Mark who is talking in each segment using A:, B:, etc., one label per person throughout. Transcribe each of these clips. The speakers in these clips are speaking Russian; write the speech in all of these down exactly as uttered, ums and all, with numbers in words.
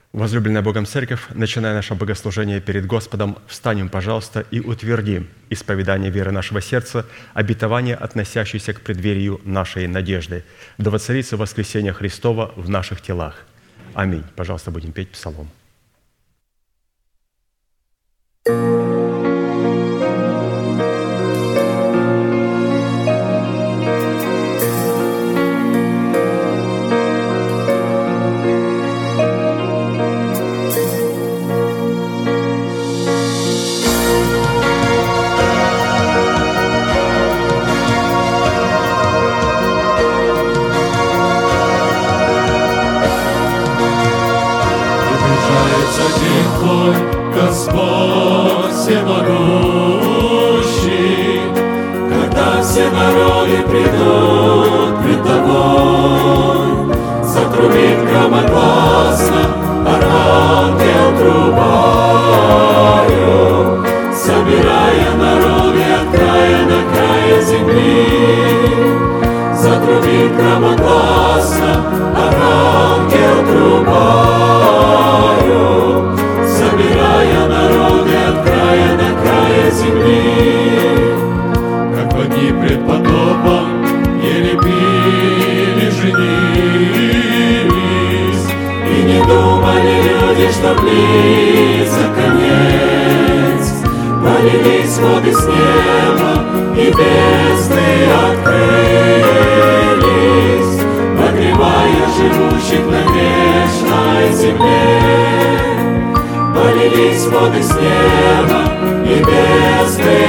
A: Возлюбленная Богом Церковь, начиная наше богослужение перед Господом, встанем, пожалуйста, и утвердим исповедание веры нашего сердца, обетование, относящееся к преддверию нашей надежды, да воцарится воскресение Христова в наших телах. Аминь. Пожалуйста, будем петь псалом.
B: Господь всемогущий, когда все народы придут пред Тобой, затрубит громогласно архангел трубою, собирая народы от края до края земли. Затрубит громогласно архангел трубою, собирая народы от края до края земли. Как в одни пред потопом ели, пили, женились, и не думали люди, что близок конец. Полились воды с неба, и бездны открылись, погребая живущих на грешной земле. Полились воды с неба, и бездны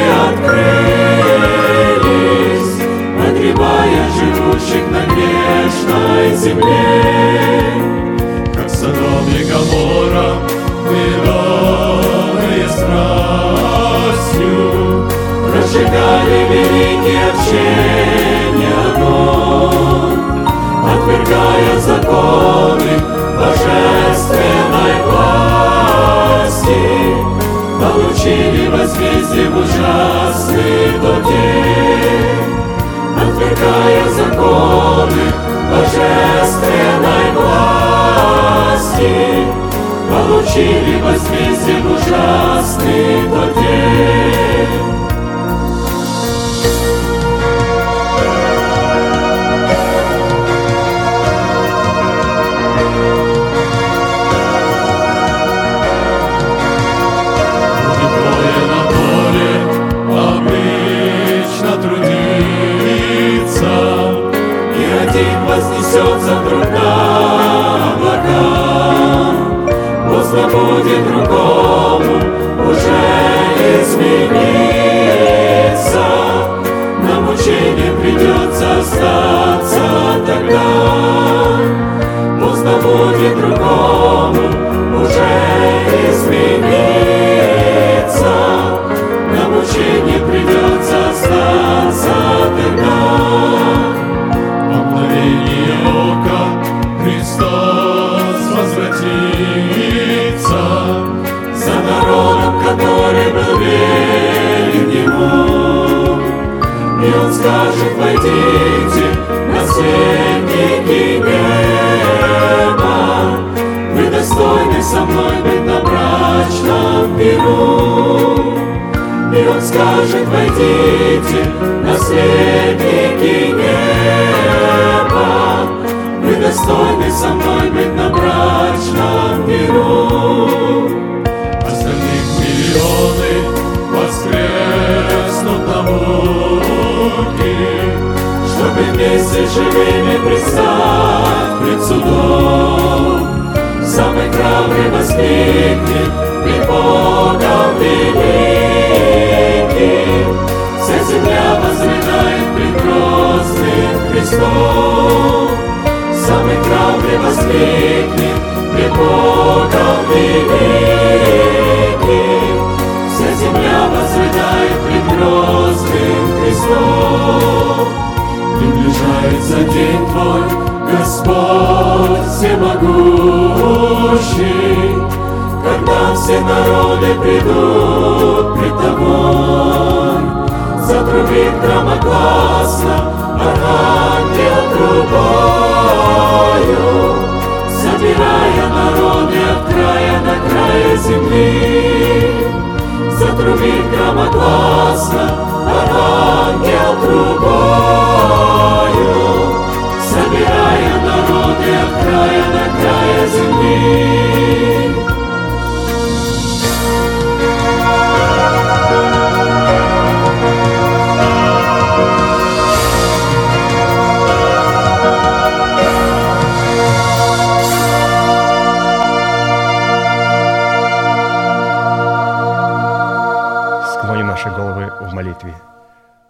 B: открылись, погребая живущих на грешной земле. Как Содом и Гоморра, виновные страстью, разжигали великий общения огонь, отвергая законы божественной власти, получили возмездие в ужасный тот день. Отвергая законы божественной власти, получили возмездие в ужасный тот день. Вознесется вдруг на облака, поздно будет другому уже измениться. На мучение придется остаться тогда, поздно будет другому уже измениться. На мучение придется остаться тогда. Мгновение ока Христос возвратится за народом, который был верен Ему. И Он скажет: войдите, наследники неба, вы достойны со мной быть на брачном пиру. И Он скажет: войдите, наследники неба, вы достойны со мной быть на брачном пиру. Остальных миллионы воскреснут на муки, чтобы вместе живыми предстать пред судом. Самый храбрый воскликнет пред Богом великим, вся земля возрыдает пред грозным Христом. Самый храбрый воскликнет пред Богом великим, вся земля возрыдает пред грозным Христом. Приближается день Твой, Господь всемогущий, когда все народы придут пред Тобой. Затрубит громогласно архангел трубою, собирая народы от края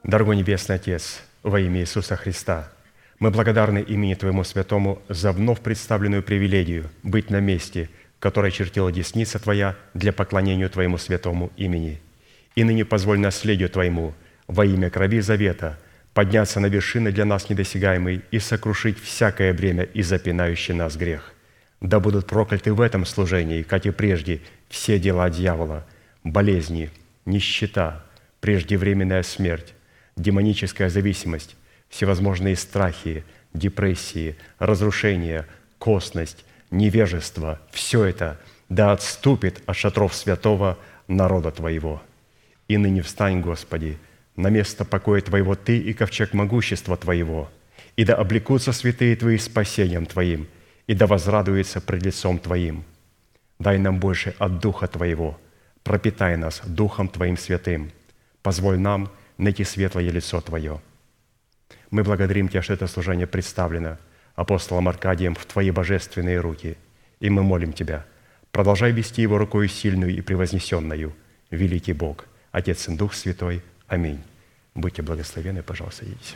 A: Дорогой Небесный Отец, во имя Иисуса Христа, мы благодарны имени Твоему Святому за вновь представленную привилегию быть на месте, которое чертила десница Твоя для поклонения Твоему святому имени. И ныне позволь наследию Твоему во имя крови завета подняться на вершины для нас недосягаемой и сокрушить всякое бремя и запинающий нас грех. Да будут прокляты в этом служении, как и прежде, все дела дьявола, болезни, нищета, преждевременная смерть, демоническая зависимость, всевозможные страхи, депрессии, разрушения, косность, невежество – все это да отступит от шатров святого народа Твоего. И ныне встань, Господи, на место покоя Твоего Ты и ковчег могущества Твоего, и да облекутся святые Твои спасением Твоим, и да возрадуются пред лицом Твоим. Дай нам больше от Духа Твоего, пропитай нас Духом Твоим святым, позволь нам найти светлое лицо Твое. Мы благодарим Тебя, что это служение представлено апостолом Аркадием в Твои божественные руки, и мы молим Тебя, продолжай вести его рукою сильную и превознесенную, великий Бог, Отец и Дух Святой. Аминь. Будьте благословенны, пожалуйста, идите.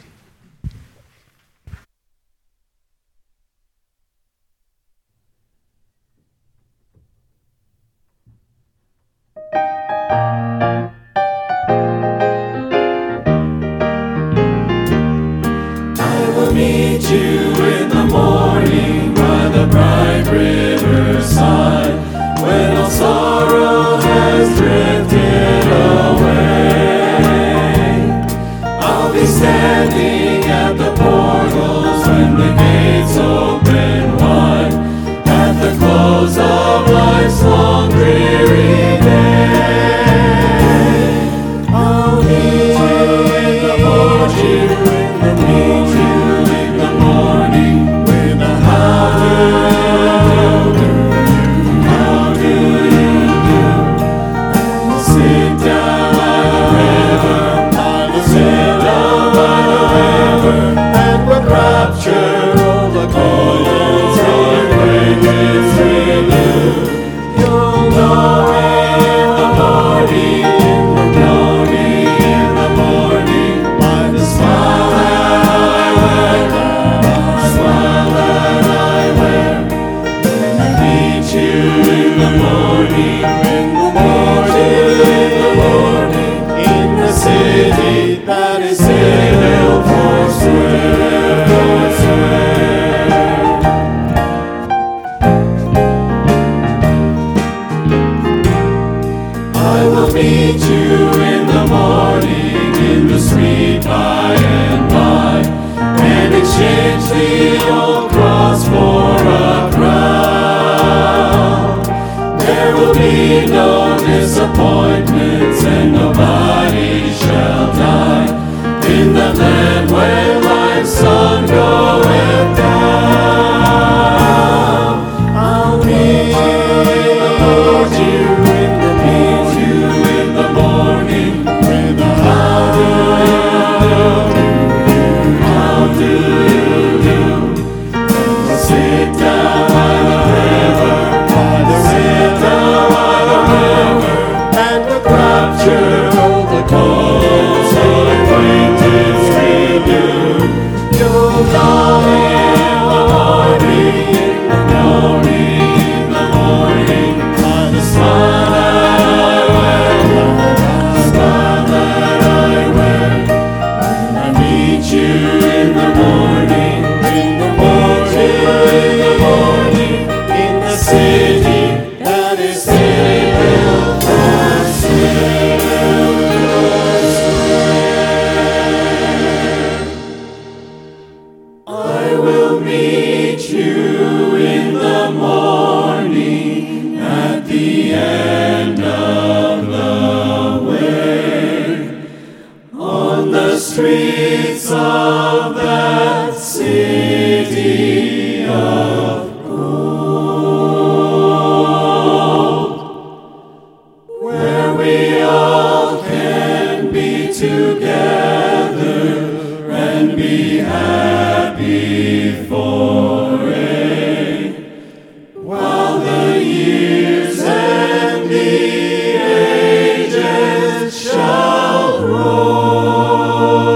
B: Meet you in the morning by the bright riverside, when all sorrow has drifted away. I'll be standing at the portals when the gates open wide, at the close of life's long dreary day. I'll meet you in the morning, meet you disappointments, and nobody shall die in the land where life's sun goeth down. I'll meet you in the morning, in the meet you in the morning, with a how do you do, how do you do? Sit down by the river, by the sit down by the river, and with rapture the calls of acquaintance renew. You'll know in the morning, in the morning, in the morning, by the smile that I wear, the smile that I wear. When I meet you in the morning, in the morning, in the morning, in the city that is city built for I will meet you in the morning at the end of the way, on the streets of that city of gold, where we all can be together and be happy for a while the years and the ages shall roll.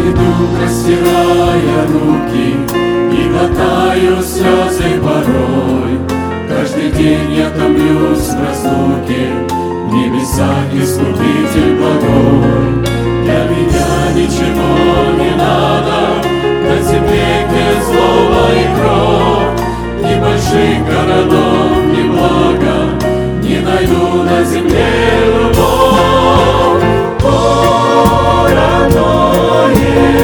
B: иду, простирая руки, и глотаю слезы порой. Каждый день я томлюсь в разлуке, в небесах Искупитель благой. Для меня ничего не надо, на земле, где злоба и кровь, ни больших городов, ни блага, не найду на земле любовь. О, родное,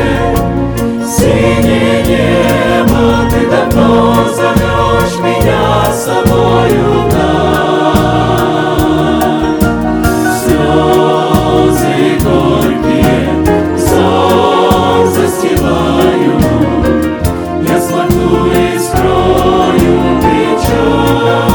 B: синее небо, ты давно зовешь меня с собою вдаль. Слезы горькие взор застилаю, я смахну и скрою печаль.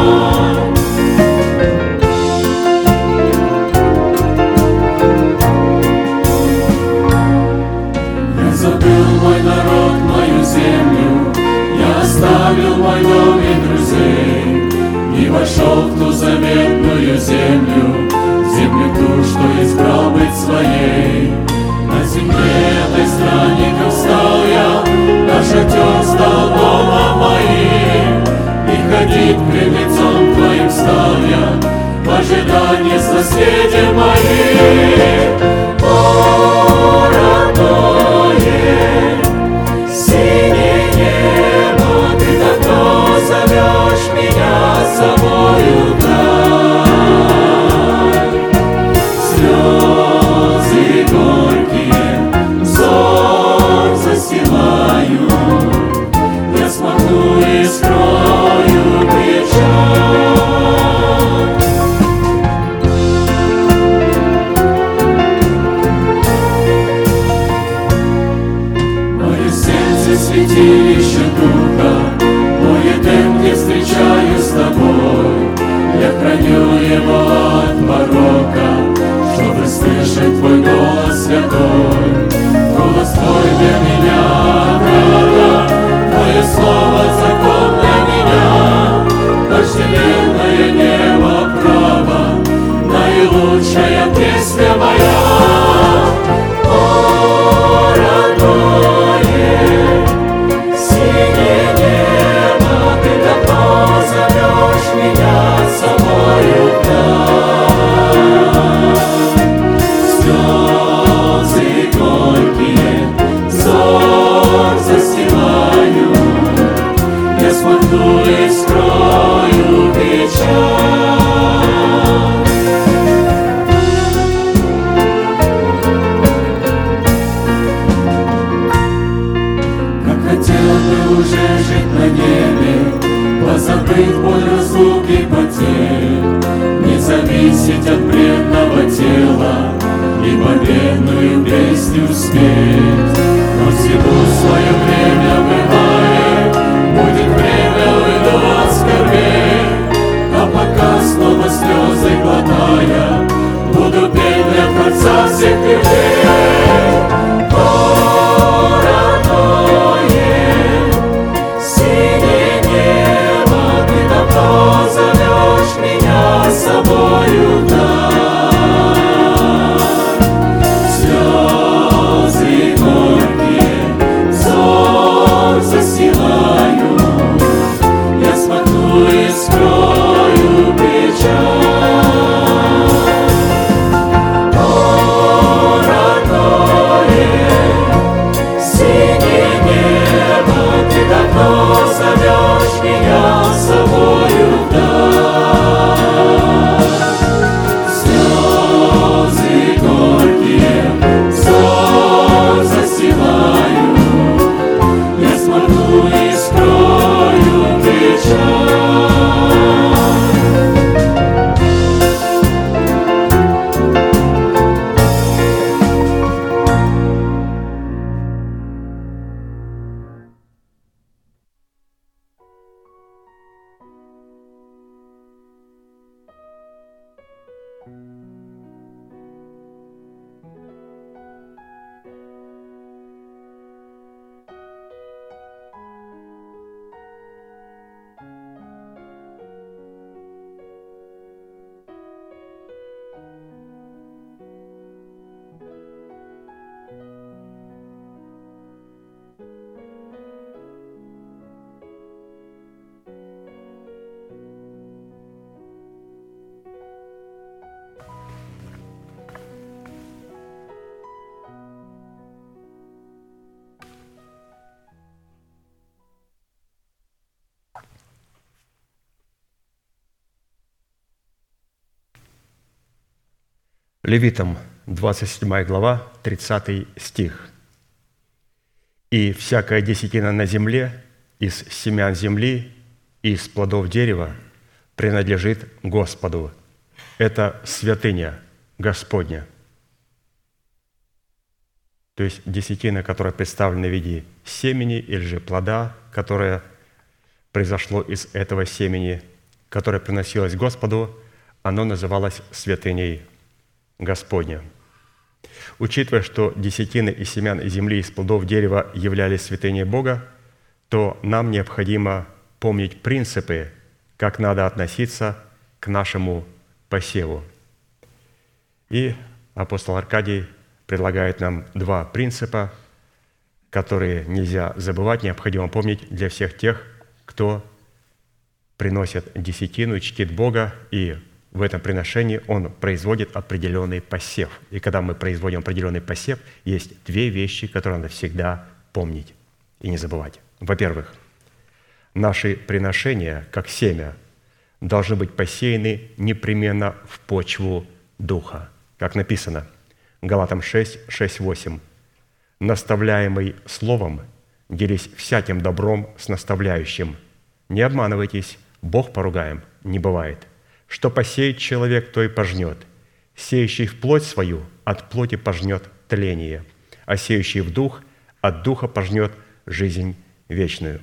B: Я забыл мой народ, мою землю, я оставил мой дом и друзей, и вошел в ту заветную землю, землю ту, что избрал быть своей. На земле этой странником стал я, наш шатер стал домом моим, и ходить пред лицом твоим стал я, в ожидании соседей моих. О, родное, синее небо, ты давно зовешь меня с собою вдаль. Слезы горькие взор застилаю, я смахну и скрою печаль. Мое сердце святилище Духа, мой Эдем, где встречаюсь с тобой. Я храню его от порока, чтобы слышать твой голос святой. Голос твой для меня ограда, твое слово закон для меня. Вожделенное небо право, наилучшая песня моя. О, родное, синее небо, ты давно зовешь меня с собою вдаль. Слезы горькие взор застилаю, я смахну и скрою печаль. Как хотел бы уже жить на небе, позабыть боль разлуки потерь, не зависеть от бренного тела и победную песню спеть. Но всему свое время бывает, будет время уйдут скорбей, а пока снова слезы глотая, буду петь для Творца всех людей. О, родное, синее небо, ты давно зовешь меня с собою вдаль. Слезы горькие взор застилаю, я смахну и скрою печаль. О, родное,
A: Левитам, двадцать седьмая глава, тридцатый стих. «И всякая десятина на земле из семян земли и из плодов дерева принадлежит Господу». Это святыня Господня. То есть десятина, которая представлена в виде семени или же плода, которое произошло из этого семени, которое приносилось Господу, оно называлось святыней Господня. Учитывая, что десятины из семян и земли, из плодов дерева являлись святыней Бога, то нам необходимо помнить принципы, как надо относиться к нашему посеву. И апостол Аркадий предлагает нам два принципа, которые нельзя забывать, необходимо помнить для всех тех, кто приносит десятину и чтит Бога, и в этом приношении он производит определенный посев. И когда мы производим определенный посев, есть две вещи, которые надо всегда помнить и не забывать. Во-первых, наши приношения, как семя, должны быть посеяны непременно в почву Духа. Как написано, Галатам шесть, шесть, восемь. «Наставляемый словом, делись всяким добром с наставляющим. Не обманывайтесь, Бог поругаем не бывает. Что посеет человек, то и пожнет. Сеющий в плоть свою от плоти пожнет тление, а сеющий в дух от духа пожнет жизнь вечную».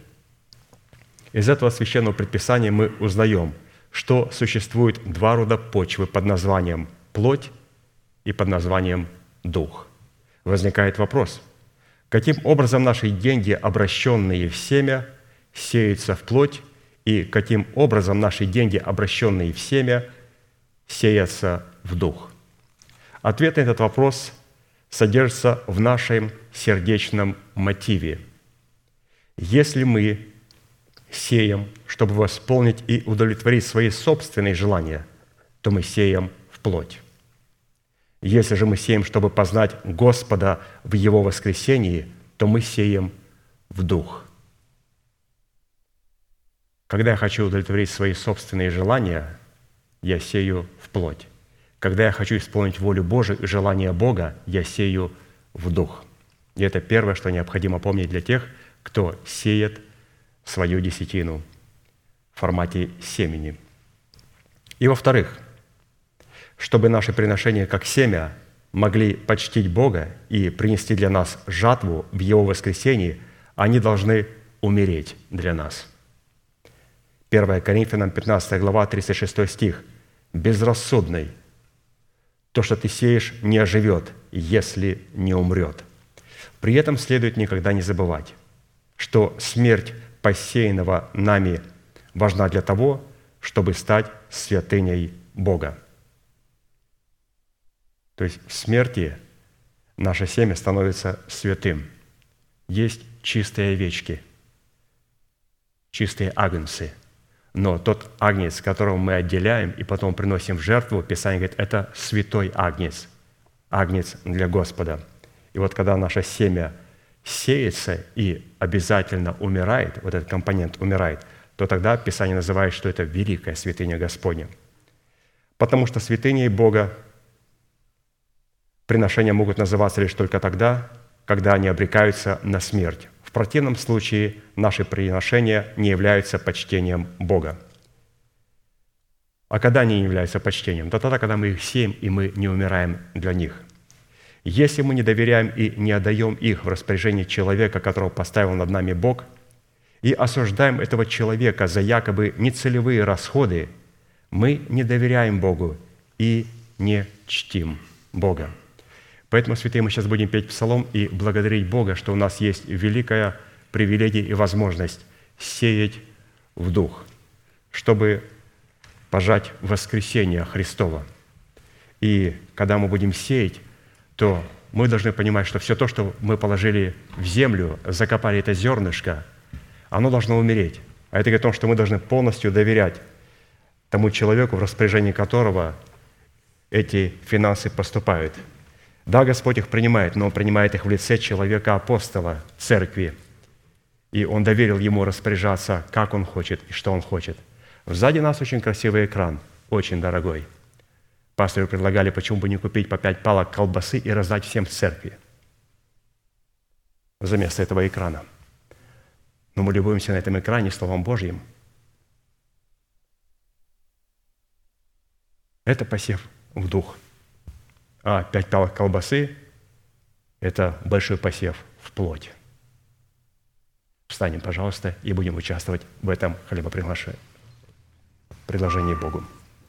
A: Из этого священного предписания мы узнаем, что существует два рода почвы под названием плоть и под названием дух. Возникает вопрос, каким образом наши деньги, обращенные в семя, сеются в плоть, и каким образом наши деньги, обращенные в семя, сеются в дух? Ответ на этот вопрос содержится в нашем сердечном мотиве. Если мы сеем, чтобы восполнить и удовлетворить свои собственные желания, то мы сеем в плоть. Если же мы сеем, чтобы познать Господа в Его воскресении, то мы сеем в дух. Когда я хочу удовлетворить свои собственные желания, я сею в плоть. Когда я хочу исполнить волю Божию и желания Бога, я сею в дух. И это первое, что необходимо помнить для тех, кто сеет свою десятину в формате семени. И во-вторых, чтобы наши приношения как семя могли почтить Бога и принести для нас жатву в Его воскресении, они должны умереть для нас. первое Коринфянам пятнадцатая глава, тридцать шестой стих. «Безрассудный, то, что ты сеешь, не оживет, если не умрет». При этом следует никогда не забывать, что смерть посеянного нами важна для того, чтобы стать святыней Бога. То есть в смерти наше семя становится святым. Есть чистые овечки, чистые агнцы. Но тот агнец, которого мы отделяем и потом приносим в жертву, Писание говорит, это святой агнец, агнец для Господа. И вот когда наше семя сеется и обязательно умирает, вот этот компонент умирает, то тогда Писание называет, что это великая святыня Господня. Потому что святыней Бога приношения могут называться лишь только тогда, когда они обрекаются на смерть. В противном случае наши приношения не являются почтением Бога. А когда они не являются почтением? То тогда, когда мы их сеем, и мы не умираем для них. Если мы не доверяем и не отдаем их в распоряжение человека, которого поставил над нами Бог, и осуждаем этого человека за якобы нецелевые расходы, мы не доверяем Богу и не чтим Бога. Поэтому, святые, мы сейчас будем петь псалом и благодарить Бога, что у нас есть великая привилегия и возможность сеять в дух, чтобы пожать воскресение Христова. И когда мы будем сеять, то мы должны понимать, что все то, что мы положили в землю, закопали это зернышко, оно должно умереть. А это говорит о том, что мы должны полностью доверять тому человеку, в распоряжении которого эти финансы поступают. Да, Господь их принимает, но Он принимает их в лице человека-апостола, церкви. И Он доверил ему распоряжаться, как Он хочет и что Он хочет. Сзади нас очень красивый экран, очень дорогой. Пастору предлагали, почему бы не купить по пять палок колбасы и раздать всем в церкви вместо этого экрана. Но мы любуемся на этом экране Словом Божьим. Это посев в дух. А пять палок колбасы – это большой посев в плоть. Встанем, пожалуйста, и будем участвовать в этом хлебоприношении. Предложении Богу.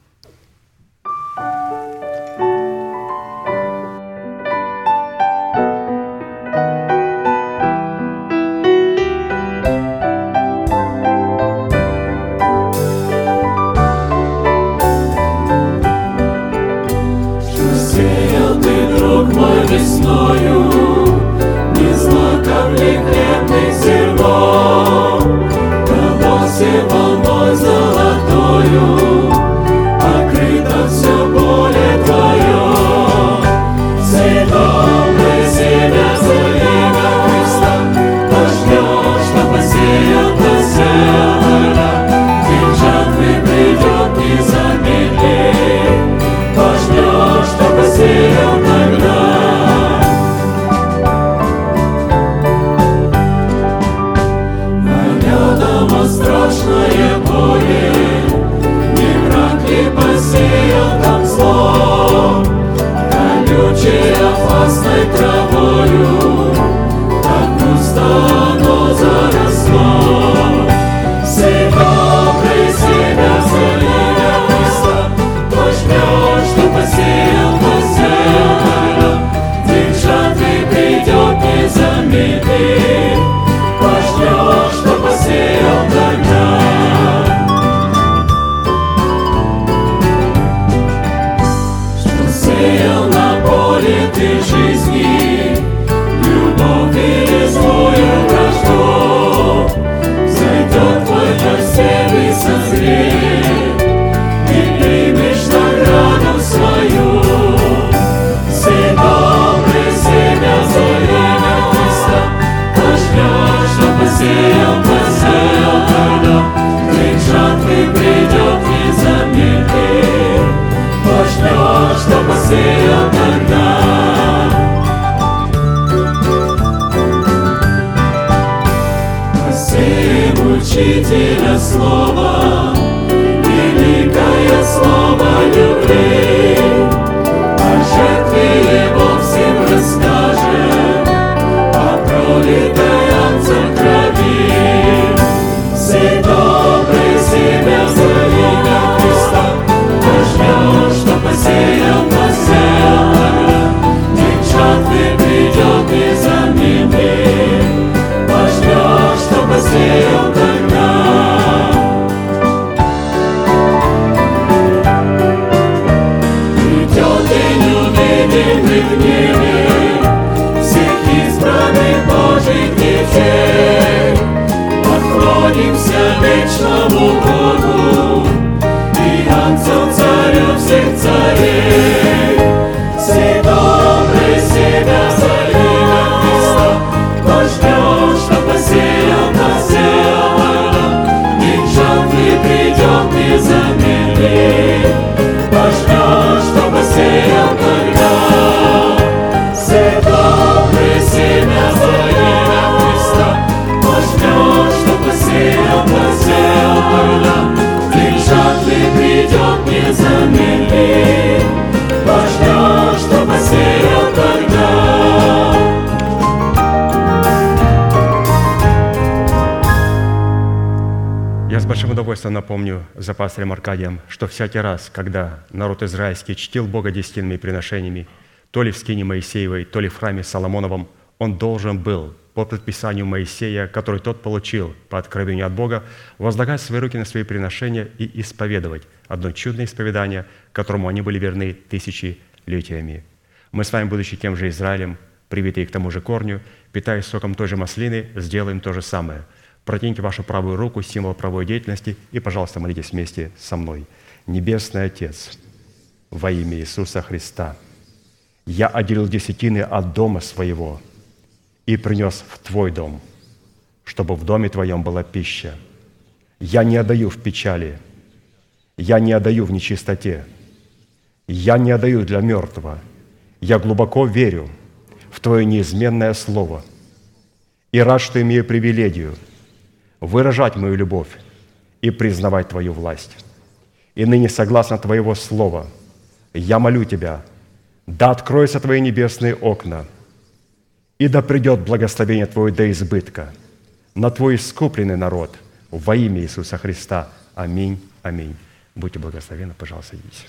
B: Сеял ты, друг мой, весною, не злаковли хлебных зерно, колосе волной золотою, покрыто все поле твое. Сей добрый семя за имя Христа, пожнешь, что посеял, посеял тогда, день жатвы придет, не замедли, пожнешь, что посеял тогда. Страшное поле, не враг ли посеял там зло, колючей опасной травою, так густо оно заросло. Сей добрый семя за имя Христа, пожнешь, что посеял, посеял тогда, день жатвы придет, не замедли, пожнешь, что посеял тогда. Что сеял на поле ты жизни, любовь и злую вражду, зайдет твой посев и созреет, и примешь награду свою. Сей добрый семя за имя Христа, пожнешь, что посеял, посеял тогда, день жатвы придет, не замедли, пожнешь, что посеял тогда. Посеем учителя слова, великое слово любви, о жертве его всем расскажем, о пролитой отцом крови. Сей добрый семя за имя Христа, пожнешь, что посеял, посеял тогда, день жатвы придет, не замедли, пожнешь, что посеял тогда. Придет день, увидим мы в небе всех избранных Божьих детей, поклонимся вечному Богу и Отцу Царю всех царей. Сей добрый семя за имя Христа, пожнешь, что посеял, посеял тогда, день жатвы придет, не замедли, пожнешь, что посеял тогда. Сей добрый семя за имя Христа, пожнешь, что посеял, посеял тогда, день жатвы придет, не замедли, пожнешь, что посеял тогда.
A: Я с большим удовольствием напомню за пастырем Аркадием, что всякий раз, когда народ израильский чтил Бога десятинными приношениями, то ли в скине Моисеевой, то ли в храме Соломоновом, он должен был по предписанию Моисея, который тот получил по откровению от Бога, возлагать свои руки на свои приношения и исповедовать одно чудное исповедание, которому они были верны тысячелетиями. Мы с вами, будучи тем же Израилем, привитые к тому же корню, питаясь соком той же маслины, сделаем то же самое. Протяните вашу правую руку, символ правой деятельности, и, пожалуйста, молитесь вместе со мной. Небесный Отец, во имя Иисуса Христа, я отделил десятины от дома своего и принес в Твой дом, чтобы в доме Твоем была пища. Я не отдаю в печали, я не отдаю в нечистоте, Я не отдаю для мертвого. Я глубоко верю в Твое неизменное Слово и рад, что имею привилегию выражать мою любовь и признавать Твою власть. И ныне, согласно Твоего Слова, я молю Тебя, да откроются Твои небесные окна, и да придет благословение Твое до избытка на Твой искупленный народ во имя Иисуса Христа. Аминь. Аминь. Будьте благословенны, пожалуйста, садитесь.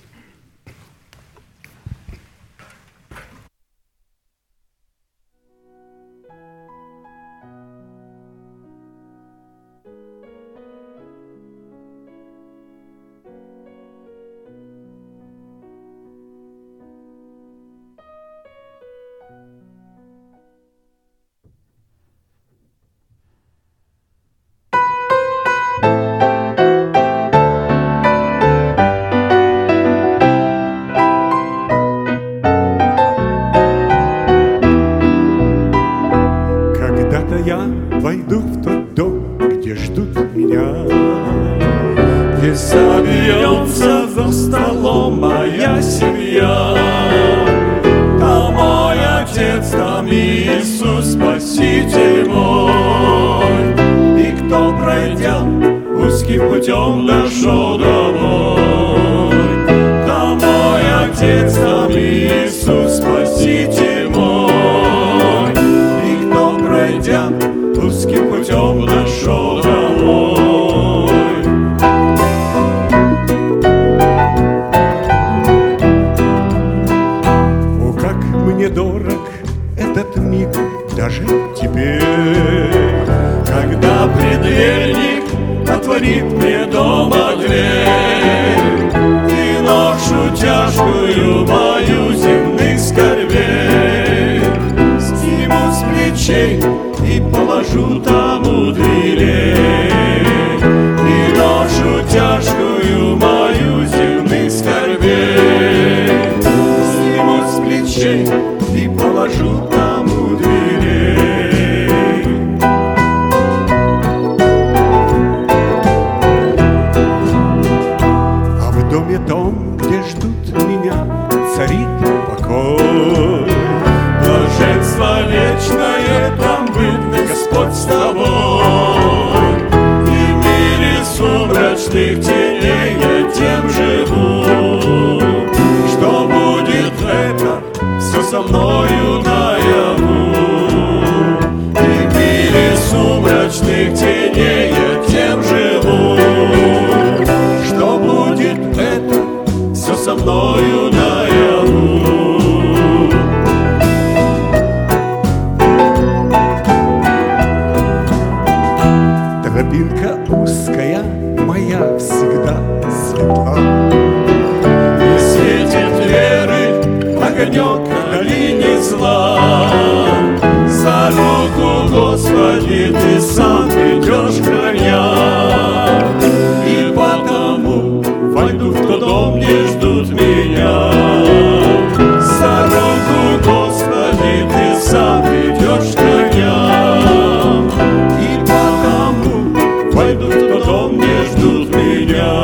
B: Войду в тот дом, где ждут меня, где соберется за столом моя семья. Там мой Отец, там Иисус, Спаситель мой. И кто, пройдя узким путем, дошел домой. Там мой Отец, там Иисус, Спаситель мой. И кто, пройдя узким путем, дошел домой. О, как мне дорог этот миг даже теперь, когда предверник отворит мне дома дверь, и ношу тяжкую мою земных скорбей сниму с плечей и положу там у дверей, и ношу тяжкую мою земных скорбей сниму с плечей и положу там у дверей. А в доме том, где ждут меня, царит покой. Блаженство вечное там быть, Господь с тобой. И в мире сумрачных теней я тем живу, что будет это все со мною наяву. И в мире сумрачных теней я тем живу, что будет это все со мною наяву. Тропинка узкая моя всегда светла, и светит веры огонек в долине зла. За руку, Господи, Ты сам ведешь храня, и потому войду в тот дом, где ждут меня. За руку, Господи, Ты сам ведешь храня, и потому войду в тот дом, где ждут меня.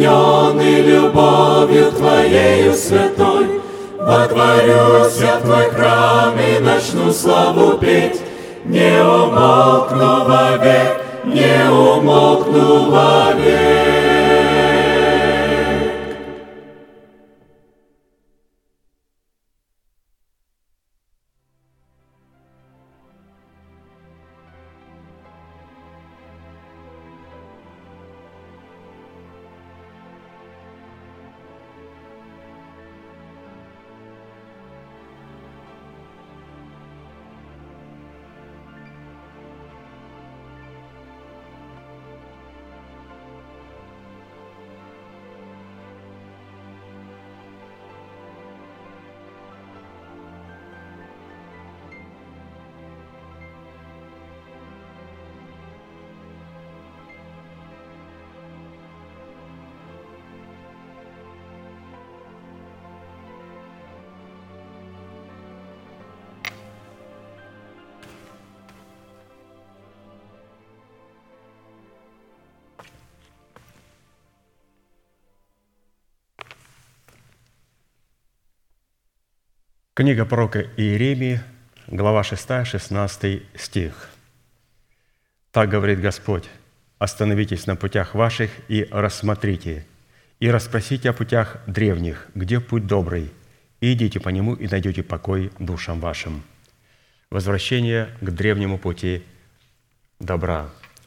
B: плененный любовью Твоею святой, водворюсь я в Твой храм и начну славу петь, не умолкну вовек, не умолкну вовек.
A: Книга пророка Иеремии, глава шестая, шестнадцатый стих. «Так говорит Господь: остановитесь на путях ваших и рассмотрите, и расспросите о путях древних, где путь добрый, и идите по нему, и найдете покой душам вашим». Возвращение к древнему пути добра.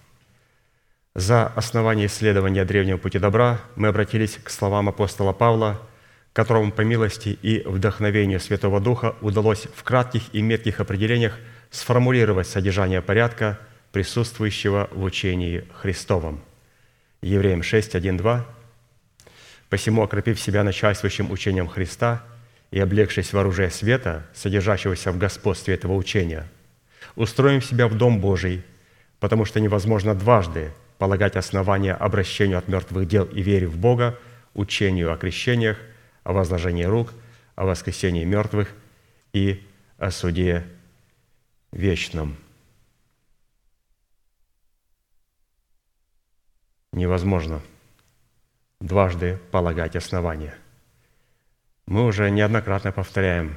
A: За основание исследования древнего пути добра мы обратились к словам апостола Павла, которому по милости и вдохновению Святого Духа удалось в кратких и метких определениях сформулировать содержание порядка, присутствующего в учении Христовом. Евреям шесть, один, два. «Посему, окропив себя начальствующим учением Христа и облегшись в оружие света, содержащегося в господстве этого учения, устроим себя в Дом Божий, потому что невозможно дважды полагать основания обращению от мертвых дел и вере в Бога, учению о крещениях, о возложении рук, о воскресении мертвых и о суде вечном». Невозможно дважды полагать основания. Мы уже неоднократно повторяем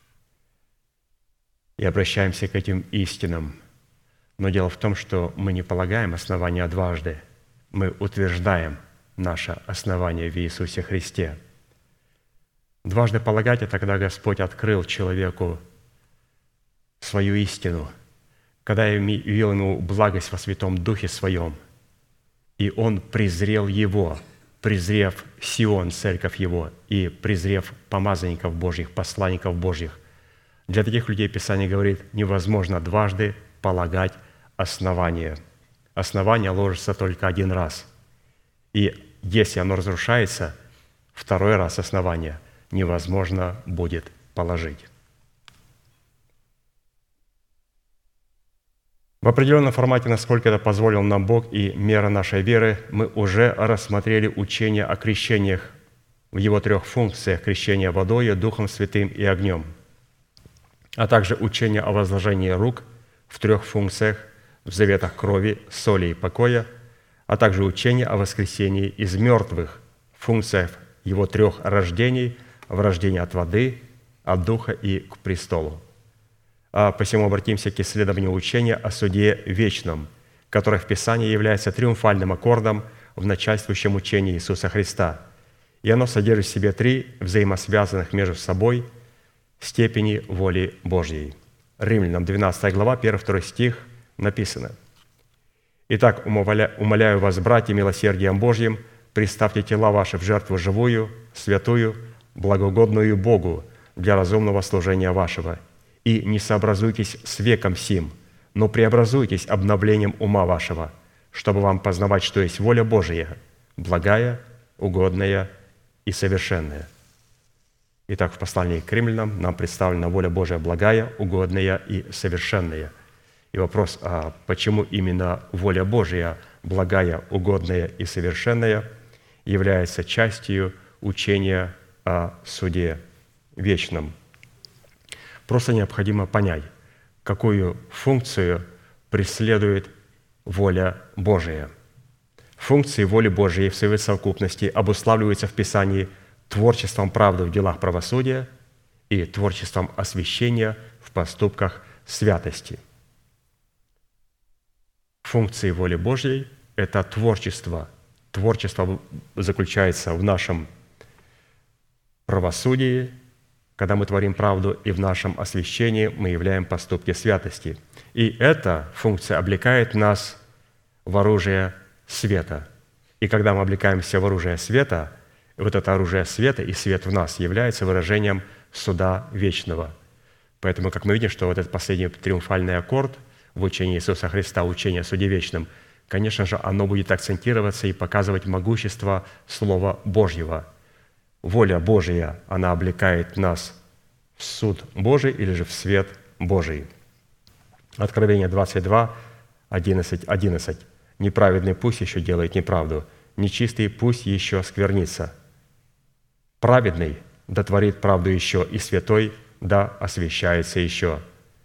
A: и обращаемся к этим истинам. Но дело в том, что мы не полагаем основания дважды, мы утверждаем наше основание в Иисусе Христе. Дважды полагать – это когда Господь открыл человеку свою истину, когда явил ему благость во Святом Духе Своем, и он презрел Его, презрев Сион, церковь Его, и презрев помазанников Божьих, посланников Божьих. Для таких людей Писание говорит, невозможно дважды полагать основание. Основание ложится только один раз. И если оно разрушается, второй раз основание невозможно будет положить. В определенном формате, насколько это позволил нам Бог и мера нашей веры, мы уже рассмотрели учение о крещениях в его трех функциях: крещение водою, Духом Святым и огнем, а также учение о возложении рук в трех функциях: в заветах крови, соли и покоя, а также учение о воскресении из мертвых, в функциях его трех рождений: в рождении от воды, от Духа и к престолу. А посему обратимся к исследованию учения о суде вечном, которое в Писании является триумфальным аккордом в начальствующем учении Иисуса Христа. И оно содержит в себе три взаимосвязанных между собой степени воли Божьей. Римлянам двенадцатая глава, первый-второй стих написано: «Итак, умоляю, умоляю вас, братья, милосердием Божьим, представьте тела ваши в жертву живую, святую, благоугодную Богу для разумного служения вашего, и не сообразуйтесь с веком сим, но преобразуйтесь обновлением ума вашего, чтобы вам познавать, что есть воля Божия, благая, угодная и совершенная». Итак, в послании к римлянам нам представлена воля Божия благая, угодная и совершенная. И вопрос, а почему именно воля Божия благая, угодная и совершенная является частью учения о суде вечном? Просто необходимо понять, какую функцию преследует воля Божия. Функции воли Божьей в своей совокупности обуславливаются в Писании творчеством правды в делах правосудия и творчеством освящения в поступках святости. Функции воли Божьей – это творчество. Творчество заключается в нашем правосудии, когда мы творим правду, и в нашем освящении мы являем поступки святости. И эта функция облекает нас в оружие света. И когда мы облекаемся в оружие света, вот это оружие света и свет в нас является выражением суда вечного. Поэтому, как мы видим, что вот этот последний триумфальный аккорд в учении Иисуса Христа, учение о суде вечном, конечно же, оно будет акцентироваться и показывать могущество Слова Божьего. Воля Божья, она облекает нас в суд Божий или же в свет Божий. Откровение двадцать два, одиннадцать, одиннадцать. «Неправедный пусть еще делает неправду, нечистый пусть еще сквернится. Праведный да творит правду еще, и святой да освящается еще».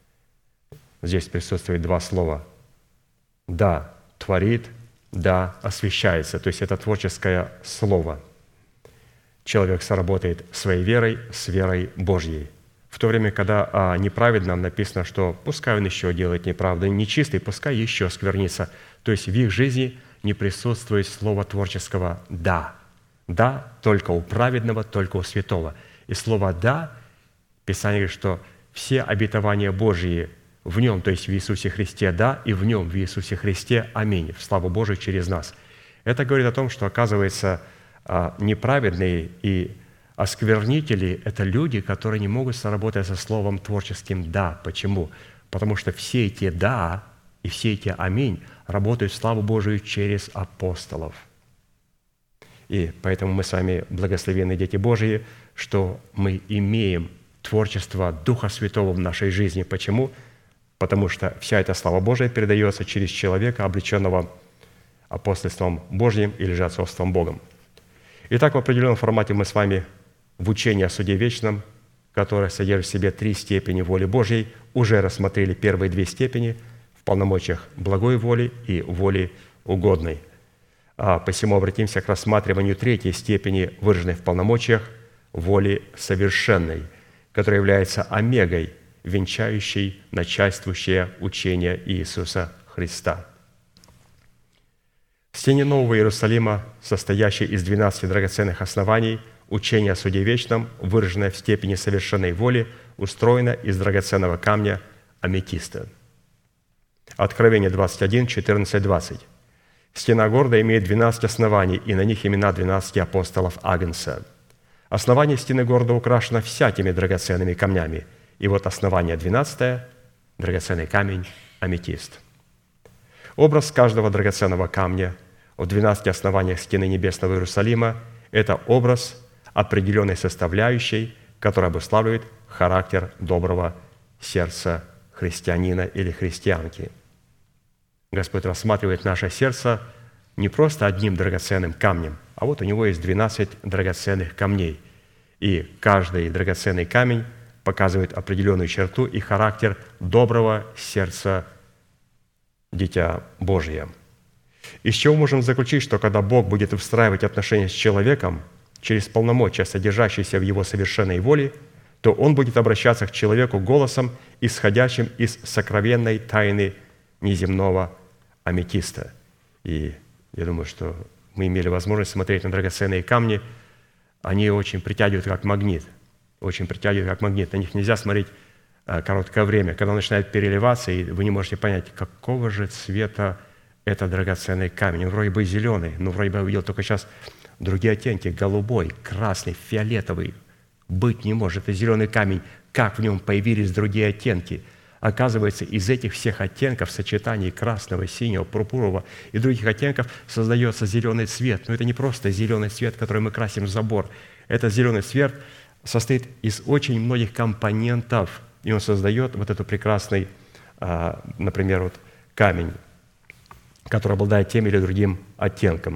A: Здесь присутствует два слова. «Да творит, да освящается». То есть это творческое слово. Человек соработает своей верой с верой Божьей. В то время, когда о неправедном написано, что пускай он еще делает неправду, и нечистый пускай еще сквернится. То есть в их жизни не присутствует слова творческого «да». «Да» только у праведного, только у святого. И слово «да» Писание говорит, что все обетования Божьи в Нем, то есть в Иисусе Христе «да», и в Нем, в Иисусе Христе «аминь», в славу Божию через нас. Это говорит о том, что, оказывается, неправедные и осквернители – это люди, которые не могут соработать со словом творческим «да». Почему? Потому что все эти «да» и все эти «аминь» работают в славу Божию через апостолов. И поэтому мы с вами благословенные дети Божьи, что мы имеем творчество Духа Святого в нашей жизни. Почему? Потому что вся эта слава Божия передается через человека, облеченного апостольством Божьим или же отцовством Богом. Итак, в определенном формате мы с вами в учении о суде вечном, которое содержит в себе три степени воли Божьей, уже рассмотрели первые две степени в полномочиях благой воли и воли угодной. А посему обратимся к рассматриванию третьей степени, выраженной в полномочиях воли совершенной, которая является омегой, венчающей начальствующее учение Иисуса Христа. В стене Нового Иерусалима, состоящей из двенадцати драгоценных оснований, учение о суде вечном, выраженное в степени совершенной воли, устроено из драгоценного камня аметиста. Откровение двадцать один, четырнадцать, двадцать. Стена города имеет двенадцать оснований, и на них имена двенадцати апостолов Агнца. Основание стены города украшено всякими драгоценными камнями. И вот основание двенадцатое – драгоценный камень аметист. Образ каждого драгоценного камня в двенадцати основаниях стены Небесного Иерусалима – это образ определенной составляющей, которая обуславливает характер доброго сердца христианина или христианки. Господь рассматривает наше сердце не просто одним драгоценным камнем, а вот у него есть двенадцать драгоценных камней. И каждый драгоценный камень показывает определенную черту и характер доброго сердца Дитя Божие. Из чего можем заключить, что когда Бог будет устраивать отношения с человеком через полномочия, содержащиеся в его совершенной воле, то Он будет обращаться к человеку голосом, исходящим из сокровенной тайны неземного аметиста. И я думаю, что мы имели возможность смотреть на драгоценные камни. Они очень притягивают как магнит. Очень притягивают как магнит. На них нельзя смотреть короткое время. Когда он начинает переливаться, и вы не можете понять, какого же цвета это драгоценный камень. Он вроде бы зеленый, но вроде бы я увидел только сейчас другие оттенки. Голубой, красный, фиолетовый. Быть не может. Это зеленый камень. Как в нем появились другие оттенки? Оказывается, из этих всех оттенков, в сочетании красного, синего, пурпурового и других оттенков создается зеленый цвет. Но это не просто зеленый цвет, который мы красим в забор. Этот зеленый цвет состоит из очень многих компонентов, и он создает вот этот прекрасный, например, вот камень, который обладает тем или другим оттенком.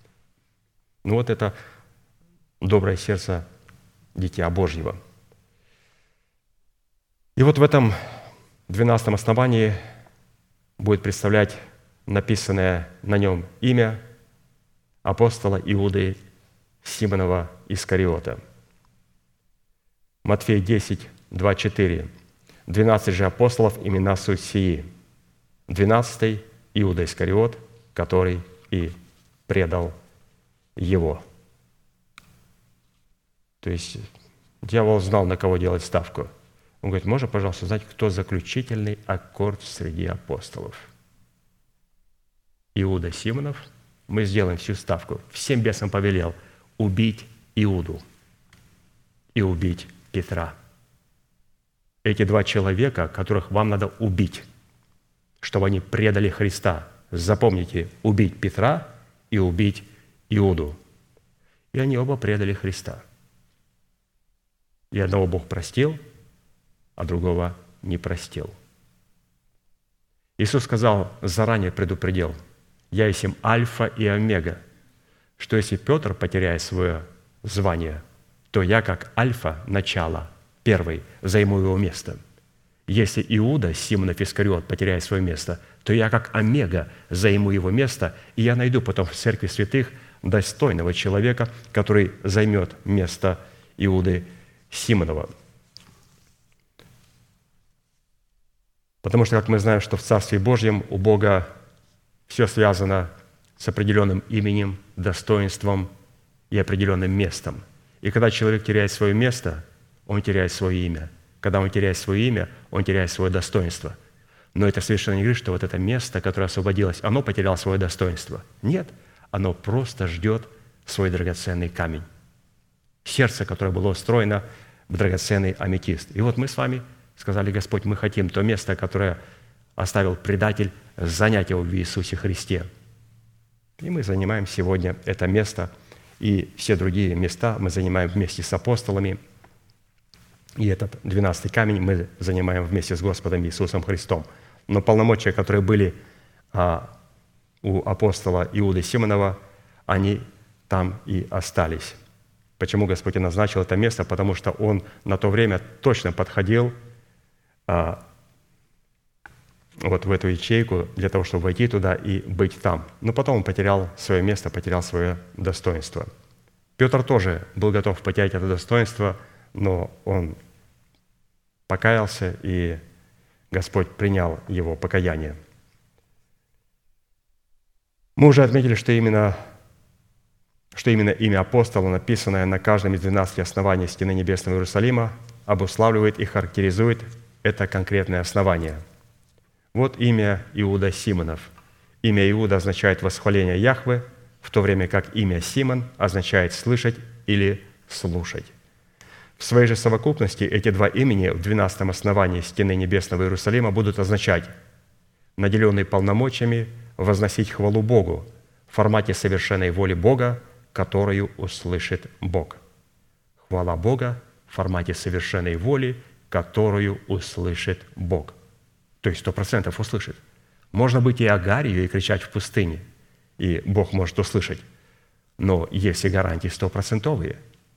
A: Ну вот это доброе сердце Дитя Божьего. И вот в этом двенадцатом основании будет представлять написанное на нем имя апостола Иуды Симонова Искариота. Матфея десять, два, четыре. «Двенадцать же апостолов, имена суть сии. Двенадцатый – Иуда Искариот, который и предал его». То есть дьявол знал, на кого делать ставку. Он говорит: можно, пожалуйста, узнать, кто заключительный аккорд среди апостолов? Иуда Симонов. Мы сделаем всю ставку. Всем бесам повелел убить Иуду и убить Петра. Эти два человека, которых вам надо убить, чтобы они предали Христа. Запомните, убить Петра и убить Иуду. И они оба предали Христа. И одного Бог простил, а другого не простил. Иисус сказал, заранее предупредил: «Я есть им Альфа и Омега», что если Петр потеряет свое звание, то я, как Альфа, начало, первый, займу его место. Если Иуда, Симонов Искариот, потеряет свое место, то я, как Омега, займу его место, и я найду потом в церкви святых достойного человека, который займет место Иуды Симонова. Потому что, как мы знаем, что в Царстве Божьем у Бога все связано с определенным именем, достоинством и определенным местом. И когда человек теряет свое место, он теряет свое имя. Когда он теряет свое имя, он теряет свое достоинство. Но это совершенно не говорит, что вот это место, которое освободилось, оно потеряло свое достоинство. Нет, оно просто ждет свой драгоценный камень. Сердце, которое было устроено в драгоценный аметист. И вот мы с вами сказали: Господь, мы хотим то место, которое оставил предатель, занять его в Иисусе Христе. И мы занимаем сегодня это место, и все другие места мы занимаем вместе с апостолами. И этот двенадцатый камень мы занимаем вместе с Господом Иисусом Христом. Но полномочия, которые были а, у апостола Иуды Симонова, они там и остались. Почему Господь и назначил это место? Потому что он на то время точно подходил а, вот в эту ячейку для того, чтобы войти туда и быть там. Но потом он потерял свое место, потерял свое достоинство. Петр тоже был готов потерять это достоинство, но он покаялся, и Господь принял его покаяние. Мы уже отметили, что именно, что именно имя апостола, написанное на каждом из двенадцати оснований стены Небесного Иерусалима, обуславливает и характеризует это конкретное основание. Вот имя Иуда Симонов. Имя Иуда означает восхваление Яхве, в то время как имя Симон означает слышать или слушать. В своей же совокупности эти два имени в двенадцатом основании стены Небесного Иерусалима будут означать наделенный полномочиями возносить хвалу Богу в формате совершенной воли Бога, которую услышит Бог. Хвала Бога в формате совершенной воли, которую услышит Бог. То есть сто процентов услышит. Можно быть и Агарию и кричать в пустыне, и Бог может услышать. Но есть и гарантии стопроцентовые.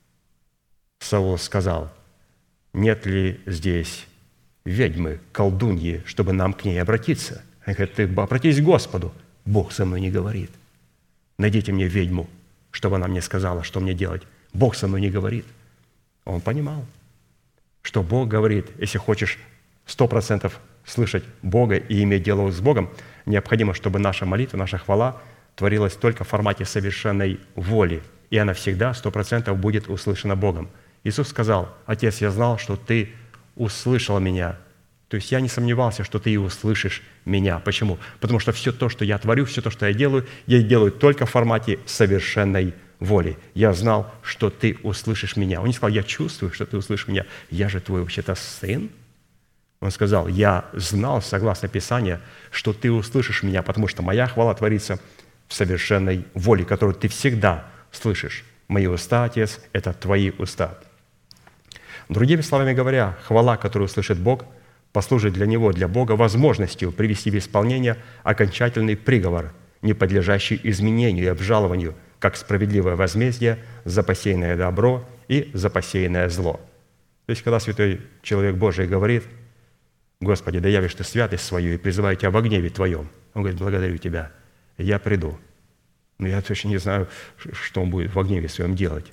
A: Саул сказал: нет ли здесь ведьмы, колдуньи, чтобы нам к ней обратиться? Он говорит: ты обратись к Господу. Бог со мной не говорит. Найдите мне ведьму, чтобы она мне сказала, что мне делать. Бог со мной не говорит. Он понимал, что Бог говорит: если хочешь сто процентов слышать Бога и иметь дело с Богом, необходимо, чтобы наша молитва, наша хвала творилась только в формате совершенной воли, и она всегда сто процентов будет услышана Богом. Иисус сказал: «Отец, я знал, что Ты услышал меня». То есть я не сомневался, что Ты и услышишь меня. Почему? Потому что все то, что я творю, все то, что я делаю, я делаю только в формате совершенной воли. Я знал, что Ты услышишь меня. Он не сказал: «Я чувствую, что Ты услышишь меня. Я же Твой вообще-то сын». Он сказал: «Я знал, согласно Писанию, что Ты услышишь меня, потому что моя хвала творится в совершенной воле, которую Ты всегда слышишь. Мои уста, Отец, это Твои уста». Другими словами говоря, хвала, которую услышит Бог, послужит для Него, для Бога, возможностью привести в исполнение окончательный приговор, не подлежащий изменению и обжалованию, как справедливое возмездие за посеянное добро и за посеянное зло. То есть, когда святой человек Божий говорит: «Господи, да явишь Ты святость свою и призываю Тебя во гневе Твоем», он говорит: «Благодарю Тебя, я приду, Но я точно не знаю, что Он будет во гневе своем делать.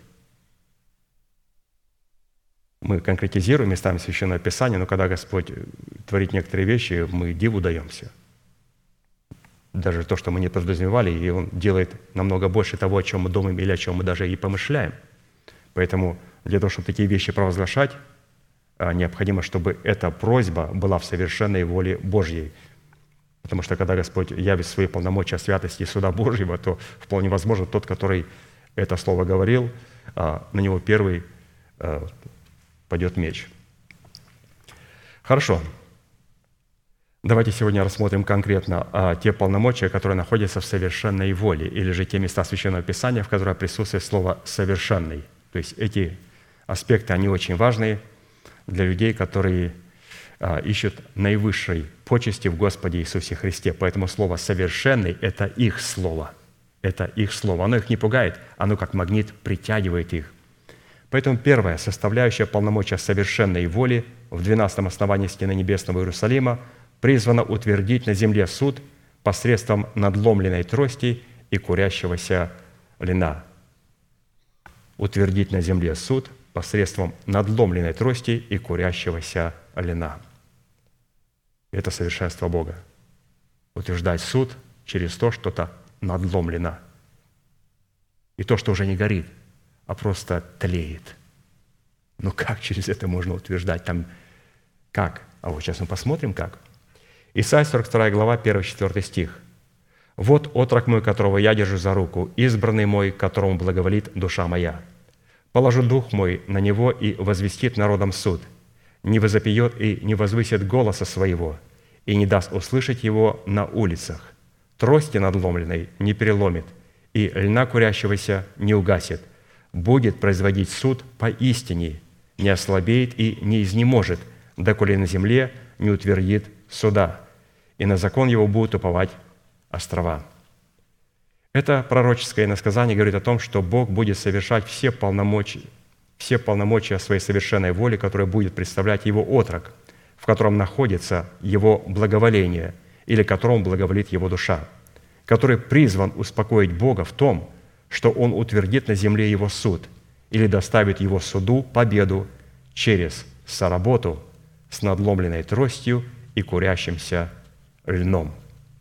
A: Мы конкретизируем местами Священного Писания, но когда Господь творит некоторые вещи, мы диву даемся. Даже то, что мы не подразумевали, и Он делает намного больше того, о чем мы думаем или о чем мы даже и помышляем. Поэтому для того, чтобы такие вещи провозглашать, необходимо, чтобы эта просьба была в совершенной воле Божьей. Потому что когда Господь явит свои полномочия святости и суда Божьего, то вполне возможно, тот, который это слово говорил, на него первый пойдет меч. Хорошо. Давайте сегодня рассмотрим конкретно те полномочия, которые находятся в совершенной воле, или же те места Священного Писания, в которых присутствует слово «совершенный». То есть эти аспекты, они очень важны для людей, которые ищут наивысшей почести в Господе Иисусе Христе. Поэтому слово «совершенный» – это их слово. Это их слово. Оно их не пугает, оно как магнит притягивает их. Поэтому первая составляющая полномочия совершенной воли в двенадцатом основании стены Небесного Иерусалима призвана утвердить на земле суд посредством надломленной трости и курящегося льна. Утвердить на земле суд посредством надломленной трости и курящегося льна. Это совершенство Бога. Утверждать суд через то, что что-то надломлено. И то, что уже не горит, а просто тлеет. Ну как через это можно утверждать? Там как? А вот сейчас мы посмотрим, как. Исайя сорок вторая глава, один-четвёртый стих. «Вот отрок мой, которого я держу за руку, избранный мой, которому благоволит душа моя. Положу дух мой на него и возвестит народом суд. Не возопьет и не возвысит голоса своего, и не даст услышать его на улицах. Трости надломленной не переломит, и льна курящегося не угасит. Будет производить суд поистине, не ослабеет и не изнеможет, доколе на земле не утвердит суда, и на закон его будут уповать острова». Это пророческое иносказание говорит о том, что Бог будет совершать все полномочия, все полномочия своей совершенной воли, которые будет представлять Его отрок, в котором находится Его благоволение или которому благоволит Его душа, который призван успокоить Бога в том, что Он утвердит на земле Его суд или доставит Его суду победу через соработу с надломленной тростью и курящимся льном.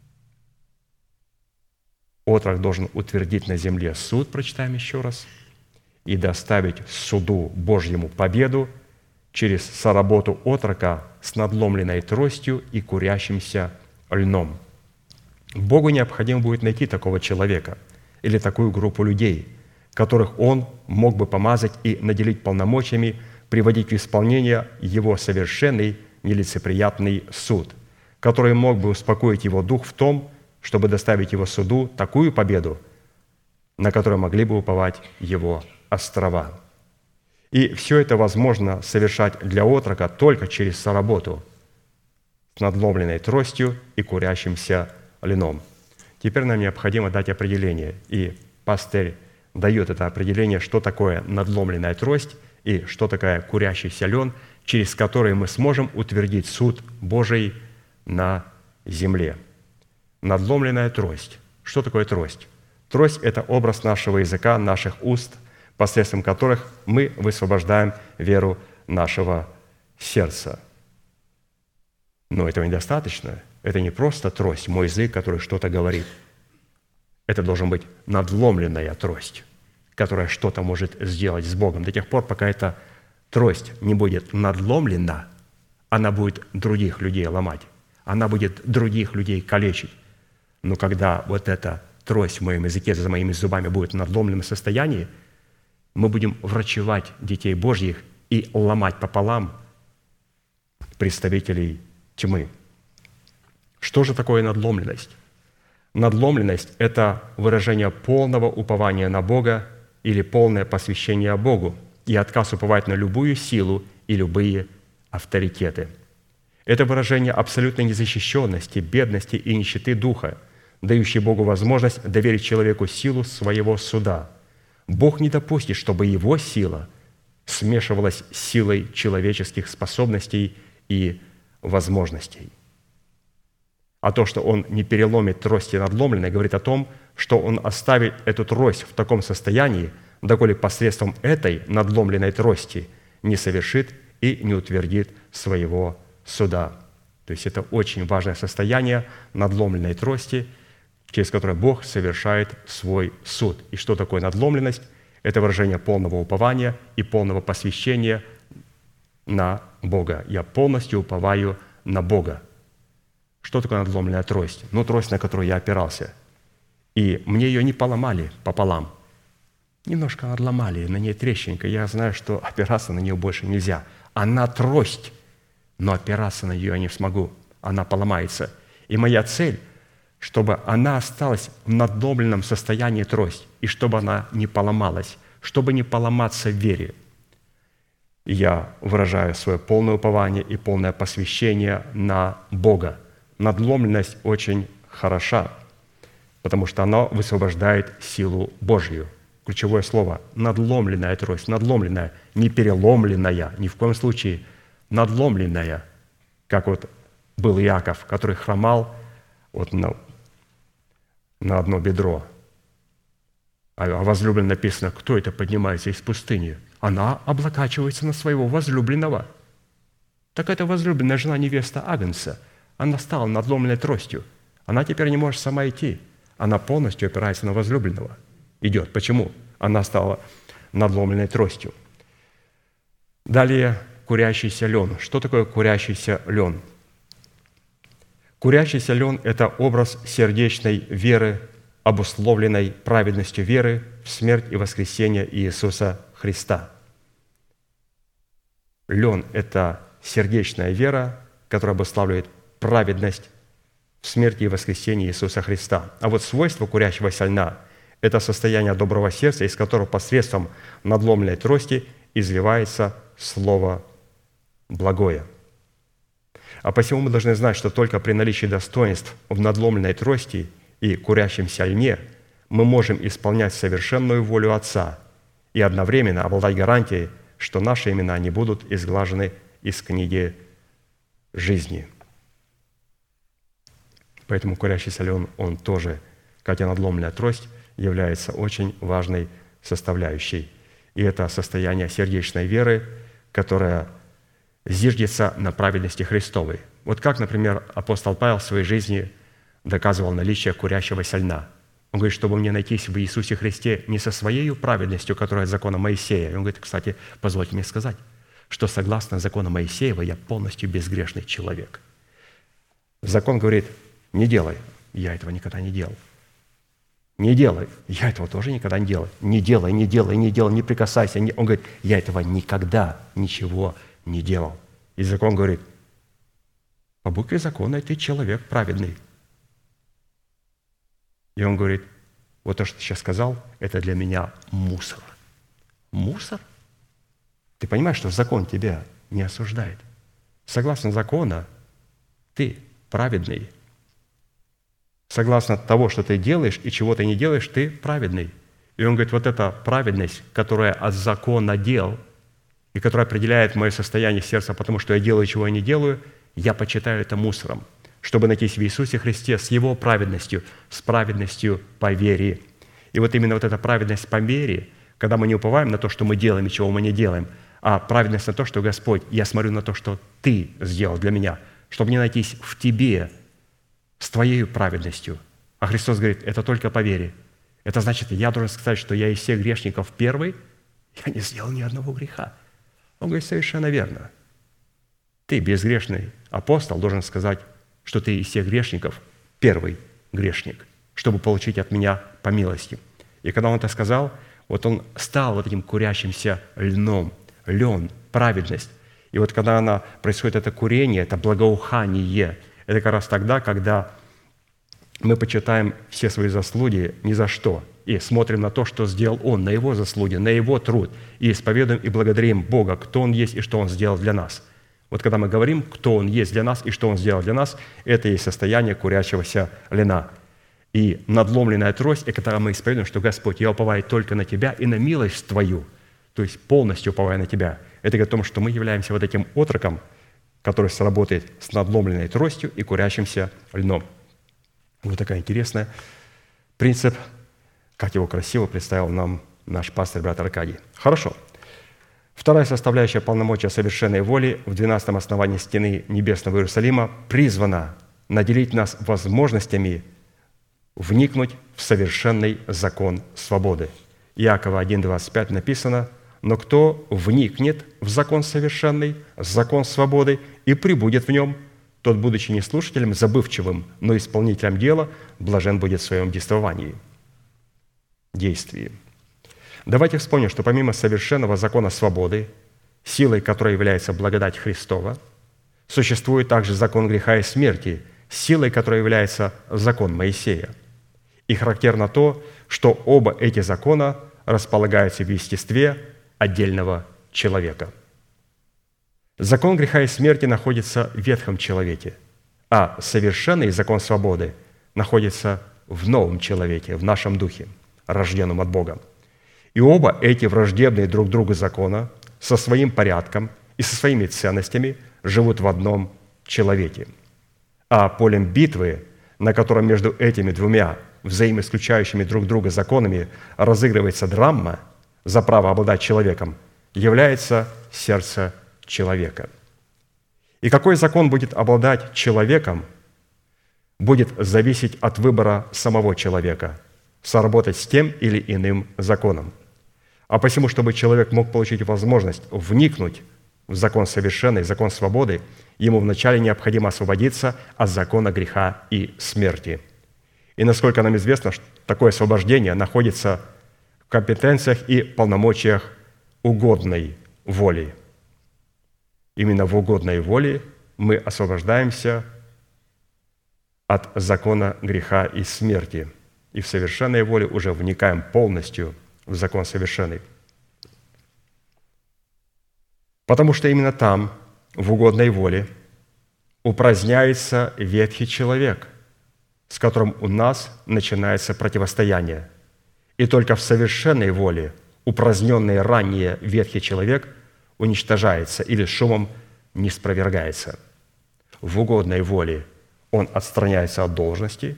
A: Отрок должен утвердить на земле суд, прочитаем еще раз, и доставить суду Божьему победу через соработу отрока с надломленной тростью и курящимся льном. Богу необходимо будет найти такого человека или такую группу людей, которых Он мог бы помазать и наделить полномочиями приводить в исполнение Его совершенный нелицеприятный суд, который мог бы успокоить Его дух в том, чтобы доставить Его суду такую победу, на которую могли бы уповать Его острова. И все это возможно совершать для отрока только через соработу с надломленной тростью и курящимся льном. Теперь нам необходимо дать определение, и пастырь дает это определение, что такое надломленная трость и что такое курящийся лен, через который мы сможем утвердить суд Божий на земле. Надломленная трость. Что такое трость? Трость – это образ нашего языка, наших уст, посредством которых мы высвобождаем веру нашего сердца. Но этого недостаточно. Это не просто трость, мой язык, который что-то говорит. Это должен быть надломленная трость, которая что-то может сделать с Богом. До тех пор, пока эта трость не будет надломлена, она будет других людей ломать, она будет других людей калечить. Но когда вот эта трость в моем языке за моими зубами будет в надломленном состоянии, мы будем врачевать детей Божьих и ломать пополам представителей тьмы. Что же такое надломленность? Надломленность – это выражение полного упования на Бога или полное посвящение Богу и отказ уповать на любую силу и любые авторитеты. Это выражение абсолютной незащищенности, бедности и нищеты духа, дающий Богу возможность доверить человеку силу своего суда. Бог не допустит, чтобы его сила смешивалась с силой человеческих способностей и возможностей. А то, что Он не переломит трости надломленной, говорит о том, что Он оставит эту трость в таком состоянии, доколе посредством этой надломленной трости не совершит и не утвердит своего суда. То есть это очень важное состояние надломленной трости, через которое Бог совершает свой суд. И что такое надломленность? Это выражение полного упования и полного посвящения на Бога. Я полностью уповаю на Бога. Что такое надломленная трость? Ну, трость, на которую я опирался. И мне ее не поломали пополам. Немножко отломали, на ней трещинка. Я знаю, что опираться на нее больше нельзя. Она трость, но опираться на нее я не смогу. Она поломается. И моя цель, чтобы она осталась в надломленном состоянии трость, и чтобы она не поломалась, чтобы не поломаться в вере. И я выражаю свое полное упование и полное посвящение на Бога. Надломленность очень хороша, потому что она высвобождает силу Божью. Ключевое слово – надломленная трость, надломленная, не переломленная, ни в коем случае надломленная, как вот был Иаков, который хромал вот на, на одно бедро. А о возлюбленном написано, кто это поднимается из пустыни? Она облокачивается на своего возлюбленного. Так это возлюбленная жена невеста Агнца. Она стала надломленной тростью. Она теперь не может сама идти. Она полностью опирается на возлюбленного. Идет. Почему? Она стала надломленной тростью. Далее курящийся лен. Что такое курящийся лен? Курящийся лен – это образ сердечной веры, обусловленной праведностью веры в смерть и воскресение Иисуса Христа. Лен – это сердечная вера, которая обуславливает праведность в смерти и воскресении Иисуса Христа. А вот свойство курящегося льна – это состояние доброго сердца, из которого посредством надломленной трости изливается Слово благое. А посему мы должны знать, что только при наличии достоинств в надломленной трости и курящемся льне мы можем исполнять совершенную волю Отца и одновременно обладать гарантией, что наши имена не будут изглажены из книги жизни. Поэтому курящийся лен, он тоже, как и надломленная трость, является очень важной составляющей. И это состояние сердечной веры, которое зиждется на праведности Христовой. Вот как, например, апостол Павел в своей жизни доказывал наличие курящегося льна. Он говорит, чтобы мне найтись в Иисусе Христе не со своей праведностью, которая от закона Моисея. И он говорит, кстати, позвольте мне сказать, что согласно закону Моисеева я полностью безгрешный человек. Закон говорит, не делай. Я этого никогда не делал. Не делай. Я этого тоже никогда не делал. Не делай, не делай, не делай, не прикасайся. Он говорит, я этого никогда ничего не делал. И закон говорит, по букве закона ты человек праведный. И он говорит, вот то, что ты сейчас сказал, это для меня мусор. Мусор? Ты понимаешь, что закон тебя не осуждает. Согласно закону, ты праведный. Согласно того, что ты делаешь и чего ты не делаешь, ты праведный. И он говорит, вот эта праведность, которая от закона дел, и которая определяет мое состояние сердца, потому что я делаю, чего я не делаю, я почитаю это мусором, чтобы найтись в Иисусе Христе с Его праведностью, с праведностью по вере. И вот именно вот эта праведность по вере, когда мы не уповаем на то, что мы делаем и чего мы не делаем, а праведность на то, что, Господь, я смотрю на то, что Ты сделал для меня, чтобы не найтись в Тебе с Твоей праведностью. А Христос говорит, это только по вере. Это значит, я должен сказать, что я из всех грешников первый, я не сделал ни одного греха. Он говорит, совершенно верно. Ты, безгрешный апостол, должен сказать, что ты из всех грешников первый грешник, чтобы получить от меня по милости. И когда он это сказал, вот он стал вот этим курящимся льном, лен, праведность. И вот когда она, происходит это курение, это благоухание, это как раз тогда, когда мы почитаем все свои заслуги ни за что и смотрим на то, что сделал Он, на Его заслуги, на Его труд, и исповедуем и благодарим Бога, кто Он есть и что Он сделал для нас. Вот когда мы говорим, кто Он есть для нас и что Он сделал для нас, это и есть состояние курящегося льна. И надломленная трость, и когда мы исповедуем, что Господь, я уповаю только на Тебя и на милость Твою, то есть полностью уповая на Тебя, это говорит о том, что мы являемся вот этим отроком, который сработает с надломленной тростью и курящимся льном. Вот такая интересная принцип, как его красиво представил нам наш пастор, брат Аркадий. Хорошо. Вторая составляющая полномочия совершенной воли в двенадцатом основании стены Небесного Иерусалима призвана наделить нас возможностями вникнуть в совершенный закон свободы. Иакова один двадцать пять написано: «Но кто вникнет в закон совершенный, закон свободы, и пребудет в нем, тот, будучи не слушателем забывчивым, но исполнителем дела, блажен будет в своем действовании». Действии. Давайте вспомним, что помимо совершенного закона свободы, силой которой является благодать Христова, существует также закон греха и смерти, силой которой является закон Моисея. И характерно то, что оба эти закона располагаются в естестве отдельного человека. Закон греха и смерти находится в ветхом человеке, а совершенный закон свободы находится в новом человеке, в нашем духе, рожденном от Бога. И оба эти враждебные друг другу закона со своим порядком и со своими ценностями живут в одном человеке. А полем битвы, на котором между этими двумя взаимоисключающими друг друга законами разыгрывается драма за право обладать человеком, является сердце человека. И какой закон будет обладать человеком, будет зависеть от выбора самого человека соработать с тем или иным законом. А посему, чтобы человек мог получить возможность вникнуть в закон совершенный, закон свободы, ему вначале необходимо освободиться от закона греха и смерти. И насколько нам известно, такое освобождение находится в компетенциях и полномочиях угодной воли. Именно в угодной воле мы освобождаемся от закона греха и смерти. И в совершенной воле уже вникаем полностью в закон совершенный. Потому что именно там, в угодной воле, упраздняется ветхий человек, с которым у нас начинается противостояние. И только в совершенной воле упраздненный ранее ветхий человек уничтожается или шумом не спровергается. В угодной воле он отстраняется от должности,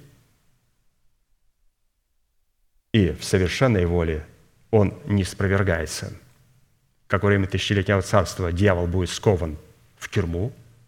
A: и в совершенной воле он не спровергается. Как во время тысячелетнего царства дьявол будет скован в тюрьму,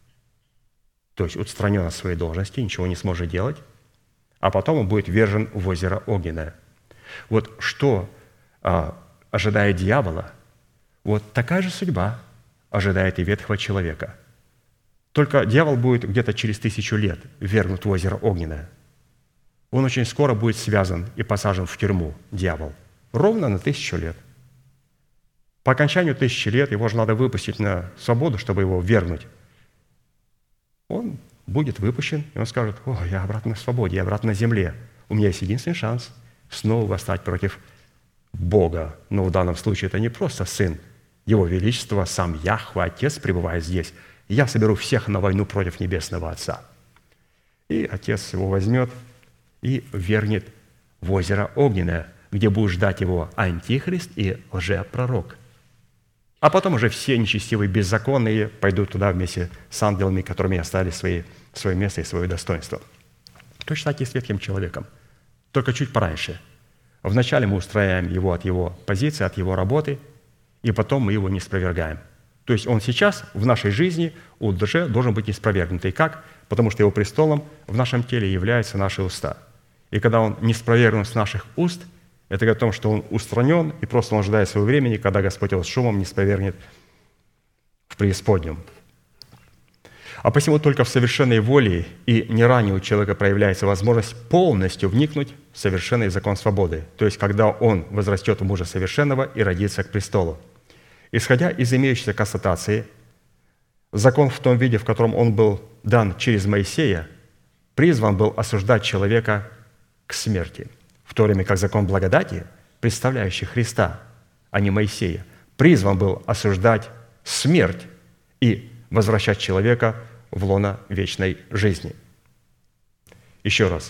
A: то есть отстранен от своей должности, ничего не сможет делать, а потом он будет ввержен в озеро Огненное. Вот что а, ожидает дьявола, вот такая же судьба ожидает и ветхого человека. Только дьявол будет где-то через тысячу лет ввергнут в озеро Огненное. Он очень скоро будет связан и посажен в тюрьму, дьявол, ровно на тысячу лет. По окончанию тысячи лет его же надо выпустить на свободу, чтобы его ввергнуть. Он будет выпущен, и он скажет: «О, я обратно на свободе, я обратно на земле. У меня есть единственный шанс снова восстать против Бога». Но в данном случае это не просто Сын Его Величества, сам Яхве, Отец пребывает здесь. Я соберу всех на войну против Небесного Отца. И Отец его возьмет и ввергнет в озеро Огненное, где будет ждать его антихрист и лжепророк. А потом уже все нечестивые, беззаконные пойдут туда вместе с ангелами, которыми оставили свои, свое место и свое достоинство. Точно так и с ветхим человеком, только чуть пораньше. Вначале мы устраняем его от его позиции, от его работы, и потом мы его не спровергаем. То есть он сейчас в нашей жизни уже должен быть не спровергнутый. Как? Потому что его престолом в нашем теле являются наши уста. И когда он не спровергнут с наших уст, это говорит о том, что он устранен, и просто он ожидает своего времени, когда Господь его с шумом не спровергнет в преисподнем. А посему только в совершенной воле и не ранее у человека проявляется возможность полностью вникнуть в совершенный закон свободы, то есть когда он возрастет в мужа совершенного и родится к престолу. Исходя из имеющейся констатации, закон в том виде, в котором он был дан через Моисея, призван был осуждать человека к смерти, в то время как закон благодати, представляющий Христа, а не Моисея, призван был осуждать смерть и возвращать человека в лоно вечной жизни. Еще раз.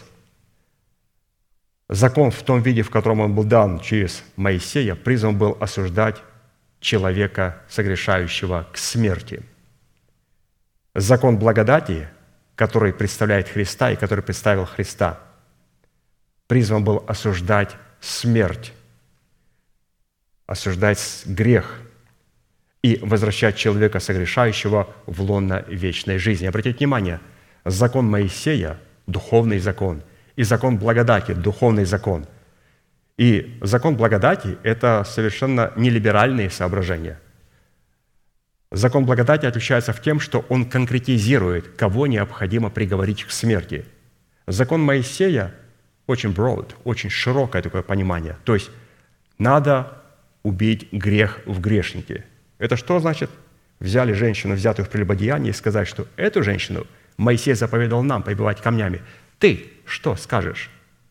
A: Закон в том виде, в котором он был дан через Моисея, призван был осуждать человека, согрешающего к смерти. Закон благодати, который представляет Христа и который представил Христа, призван был осуждать смерть, осуждать грех и возвращать человека согрешающего в лоно вечной жизни. Обратите внимание, закон Моисея – духовный закон, и закон благодати – духовный закон. И закон благодати – это совершенно не либеральные соображения. Закон благодати отличается в тем, что он конкретизирует, кого необходимо приговорить к смерти. Закон Моисея очень broad, очень широкое такое понимание. То есть надо убить грех в грешнике. Это что значит? Взяли женщину, взятую в прелюбодеянии, и сказать, что эту женщину Моисей заповедал нам побивать камнями. Ты что скажешь?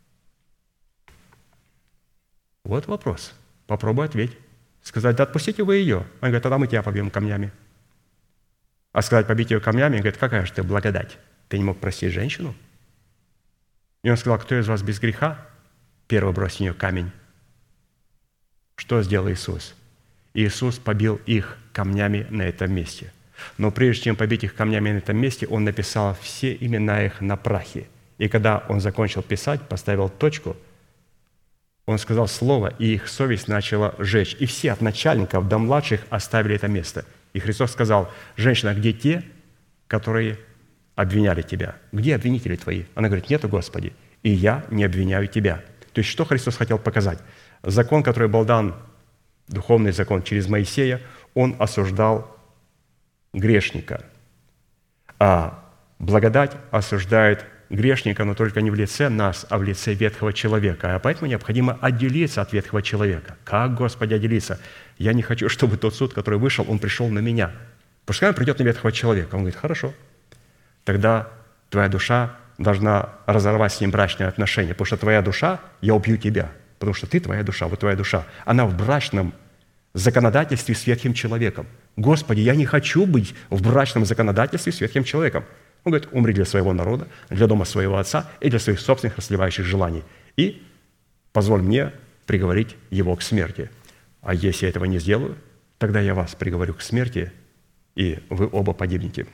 A: Вот вопрос. Попробуй ответь. Сказать, да отпустите вы ее. Он говорит, тогда мы тебя побьем камнями. А сказать, побить ее камнями, он говорит, какая же ты благодать? Ты не мог простить женщину? И он сказал, кто из вас без греха? Первый брось в нее камень. Что сделал Иисус? Иисус побил их камнями на этом месте. Но прежде чем побить их камнями на этом месте, Он написал все имена их на прахе. И когда Он закончил писать, поставил точку, Он сказал слово, и их совесть начала жечь. И все от начальников до младших оставили это место. И Христос сказал, женщина, где те, которые обвиняли тебя? Где обвинители твои? Она говорит, нету, Господи, и я не обвиняю тебя. То есть, что Христос хотел показать? Закон, который был дан, духовный закон через Моисея, он осуждал грешника. А благодать осуждает грешника, но только не в лице нас, а в лице ветхого человека. А поэтому необходимо отделиться от ветхого человека. Как, Господи, отделиться? Я не хочу, чтобы тот суд, который вышел, он пришел на меня. Пускай он придет на ветхого человека. Он говорит, хорошо. Тогда твоя душа должна разорвать с ним брачные отношения, потому что твоя душа, я убью тебя, потому что ты твоя душа, вот твоя душа, она в брачном законодательстве с ветхим человеком. Господи, я не хочу быть в брачном законодательстве с ветхим человеком. Он говорит, умри для своего народа, для дома своего отца и для своих собственных расливающих желаний. И позволь мне приговорить его к смерти. А если я этого не сделаю, тогда я вас приговорю к смерти, и вы оба погибнете.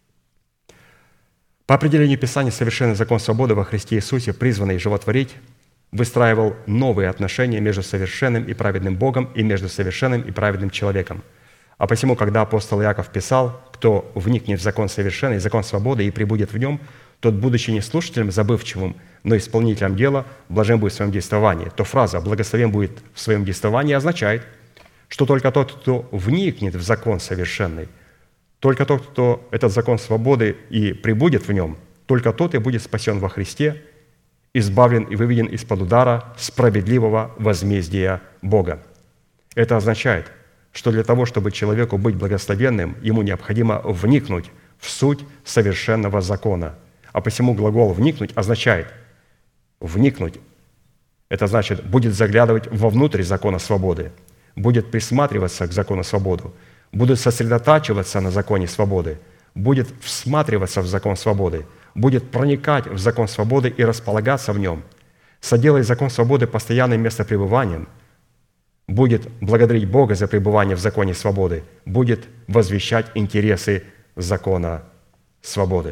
A: По определению Писания, совершенный закон свободы во Христе Иисусе, призванный животворить, выстраивал новые отношения между совершенным и праведным Богом и между совершенным и праведным человеком. А посему, когда апостол Иаков писал, кто вникнет в закон совершенный, закон свободы и пребудет в нем, тот, будучи не слушателем забывчивым, но исполнителем дела, блажен будет в своем действовании, то фраза «благословен будет в своем действовании» означает, что только тот, кто вникнет в закон совершенный, только тот, кто этот закон свободы и пребудет в нем, только тот и будет спасен во Христе, избавлен и выведен из-под удара справедливого возмездия Бога. Это означает, что для того, чтобы человеку быть благословенным, ему необходимо вникнуть в суть совершенного закона. А посему глагол «вникнуть» означает «вникнуть». Это значит, будет заглядывать вовнутрь закона свободы, будет присматриваться к закону свободы, будет сосредотачиваться на законе свободы, будет всматриваться в закон свободы, будет проникать в закон свободы и располагаться в нем, соделает закон свободы постоянным местопребыванием, будет благодарить Бога за пребывание в законе свободы, будет возвещать интересы закона свободы.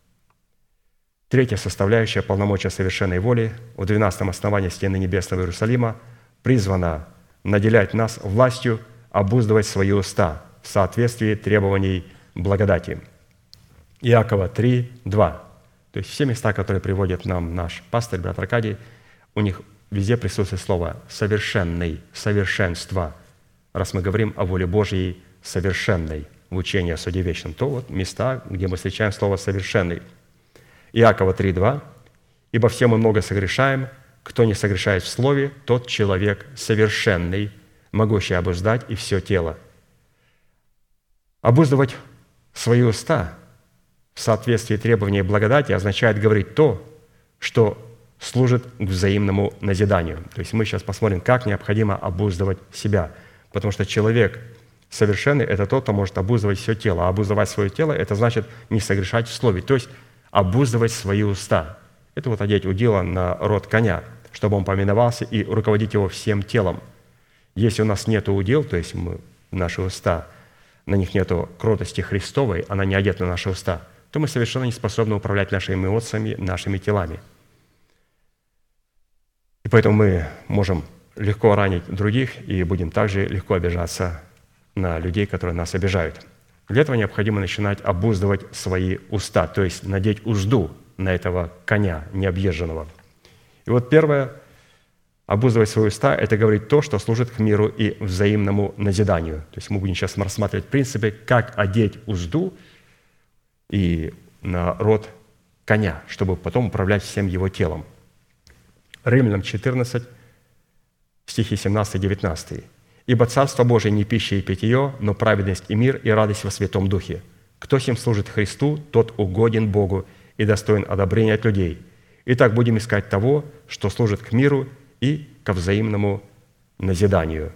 A: Третья составляющая полномочия совершенной воли в двенадцатом основании стены небесного Иерусалима призвана наделять нас властью обуздывать свои уста в соответствии требований благодати. Иакова три, два. То есть все места, которые приводит нам наш пастырь, брат Аркадий, у них везде присутствует слово «совершенный», «совершенство». Раз мы говорим о воле Божьей совершенной в учении о суде вечном, то вот места, где мы встречаем слово «совершенный». Иакова три, два. «Ибо все мы много согрешаем, кто не согрешает в слове, тот человек совершенный, могущий обуздать и все тело». Обуздывать свои уста в соответствии требований благодати означает говорить то, что служит к взаимному назиданию. То есть мы сейчас посмотрим, как необходимо обуздывать себя. Потому что человек совершенный – это тот, кто может обуздывать все тело. А обуздывать свое тело – это значит не согрешать в слове. То есть обуздывать свои уста. Это вот одеть удила на рот коня, чтобы он поминовался и руководить его всем телом. Если у нас нет удил, то есть мы, наши уста на них нет кротости Христовой, она не одета на наши уста, то мы совершенно не способны управлять нашими эмоциями, нашими телами. И поэтому мы можем легко ранить других и будем также легко обижаться на людей, которые нас обижают. Для этого необходимо начинать обуздывать свои уста, то есть надеть узду на этого коня необъезженного. И вот первое, обуздывать свои уста – это говорить то, что служит к миру и взаимному назиданию. То есть мы будем сейчас рассматривать принципы, как одеть узду и на рот коня, чтобы потом управлять всем его телом. Римлянам четырнадцать, стихи семнадцать девятнадцать. «Ибо Царство Божие не пища и питье, но праведность и мир и радость во Святом Духе. Кто сим служит Христу, тот угоден Богу и достоин одобрения от людей. Итак, будем искать того, что служит к миру и ко взаимному назиданию».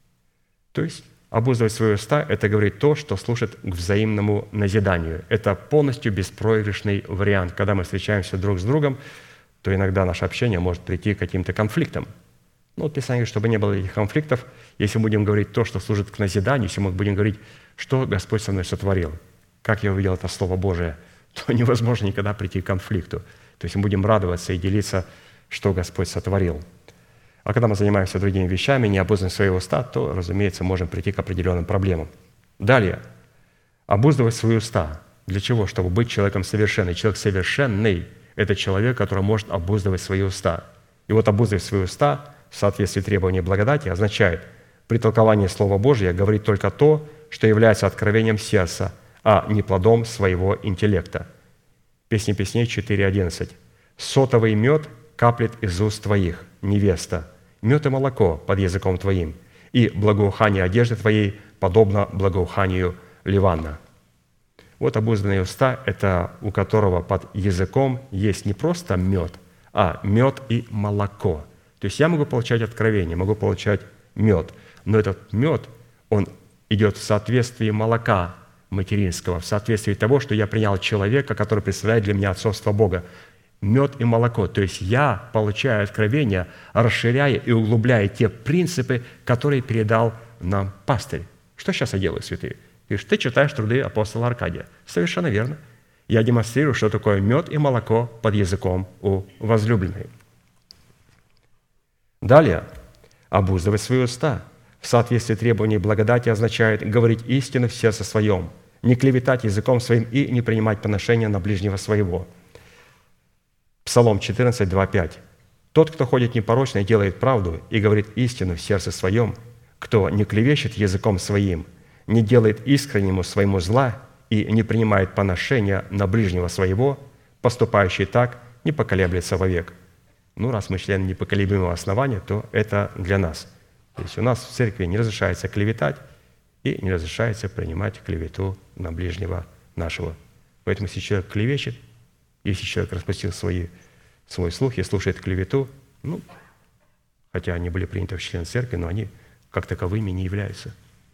A: То есть обуздывать свои уста – это говорить то, что служит к взаимному назиданию. Это полностью беспроигрышный вариант. Когда мы встречаемся друг с другом, то иногда наше общение может прийти к каким-то конфликтам. Ну, вот Писание говорит, чтобы не было этих конфликтов, если мы будем говорить то, что служит к назиданию, если мы будем говорить, что Господь со мной сотворил, как я увидел это Слово Божие, то невозможно никогда прийти к конфликту. То есть мы будем радоваться и делиться, что Господь сотворил. А когда мы занимаемся другими вещами, не обуздываем свои уста, то, разумеется, можем прийти к определенным проблемам. Далее. Обуздывать свои уста. Для чего? Чтобы быть человеком совершенным. Человек совершенный – это человек, который может обуздывать свои уста. И вот обуздывать свои уста в соответствии требований благодати означает при толковании Слова Божия говорить только то, что является откровением сердца, а не плодом своего интеллекта. Песни Песней четыре одиннадцать. «Сотовый мед каплет из уст твоих, невеста, мед и молоко под языком твоим, и благоухание одежды твоей подобно благоуханию Ливана». Вот обузданные уста – это у которого под языком есть не просто мед, а мед и молоко. То есть я могу получать откровение, могу получать мед, но этот мед, он идет в соответствии молока материнского, в соответствии того, что я принял человека, который представляет для меня отцовство Бога. Мед и молоко. То есть я получаю откровение, расширяя и углубляя те принципы, которые передал нам пастырь. Что сейчас я делаю, святые? Ты, ты читаешь труды апостола Аркадия. Совершенно верно. Я демонстрирую, что такое мед и молоко под языком у возлюбленной. Далее. Обуздывать свои уста в соответствии требований благодати означает говорить истину в сердце своем, не клеветать языком своим и не принимать поношения на ближнего своего. Псалом четырнадцать, два, пять. «Тот, кто ходит непорочно и делает правду и говорит истину в сердце своем, кто не клевещет языком своим, не делает искреннему своему зла и не принимает поношения на ближнего своего, поступающий так не поколеблется вовек». Ну, раз мы члены непоколебимого основания, то это для нас. То есть у нас в церкви не разрешается клеветать и не разрешается принимать клевету на ближнего нашего. Поэтому, если человек клевещет, если человек распустил свои, свой слух и слушает клевету, ну, хотя они были приняты в члены церкви, но они как таковыми не являются.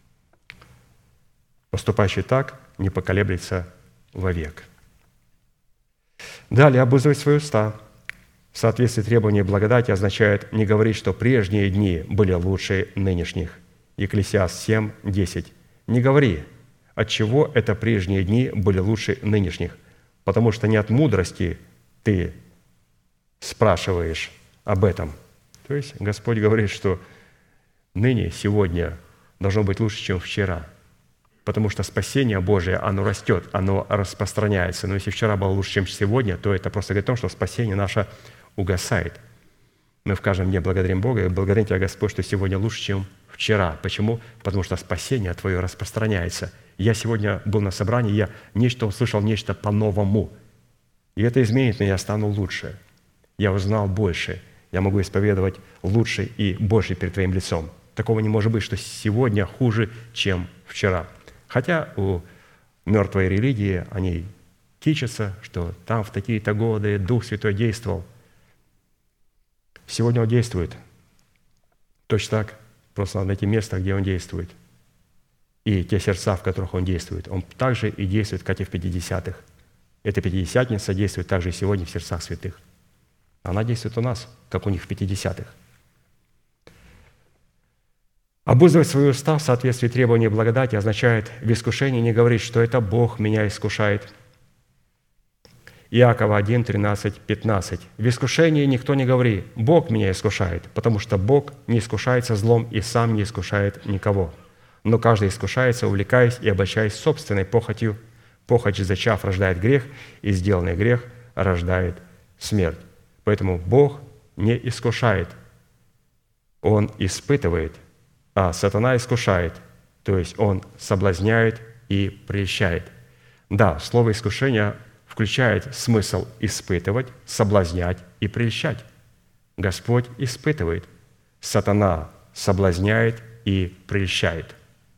A: Поступающий так не поколеблется вовек. Далее, обуздывать свои уста в соответствии требований благодати означает не говорить, что прежние дни были лучше нынешних. Екклесиаст семь, десять. Не говори, отчего это прежние дни были лучше нынешних, потому что не от мудрости ты спрашиваешь об этом. То есть Господь говорит, что ныне, сегодня должно быть лучше, чем вчера, потому что спасение Божие, оно растет, оно распространяется. Но если вчера было лучше, чем сегодня, то это просто говорит о том, что спасение наше угасает. Мы в каждом дне благодарим Бога и благодарим Тебя, Господь, что сегодня лучше, чем вчера. Почему? Потому что спасение Твое распространяется. Я сегодня был на собрании, я нечто услышал, нечто по-новому. И это изменит меня, я стану лучше. Я узнал больше. Я могу исповедовать лучше и больше перед Твоим лицом. Такого не может быть, что сегодня хуже, чем вчера. Хотя у мертвой религии они кичатся, что там в такие-то годы Дух Святой действовал. Сегодня Он действует. Точно так, просто надо найти место, где Он действует. И те сердца, в которых Он действует. Он также и действует, как и в пятидесятых. Эта Пятидесятница действует также и сегодня в сердцах святых. Она действует у нас, как у них в пятидесятых. Обуздывать свои уста в соответствии требований благодати означает в искушении не говорить, что это Бог меня искушает. Иакова один, тринадцать, пятнадцать. В искушении никто не говори, Бог меня искушает, потому что Бог не искушается злом и сам не искушает никого. Но каждый искушается, увлекаясь и обольщаясь собственной похотью. Похоть, зачав, рождает грех, и сделанный грех рождает смерть. Поэтому Бог не искушает, Он испытывает, а сатана искушает, то есть он соблазняет и прельщает. Да, слово «искушение» включает смысл испытывать, соблазнять и прельщать. Господь испытывает, сатана соблазняет и прельщает.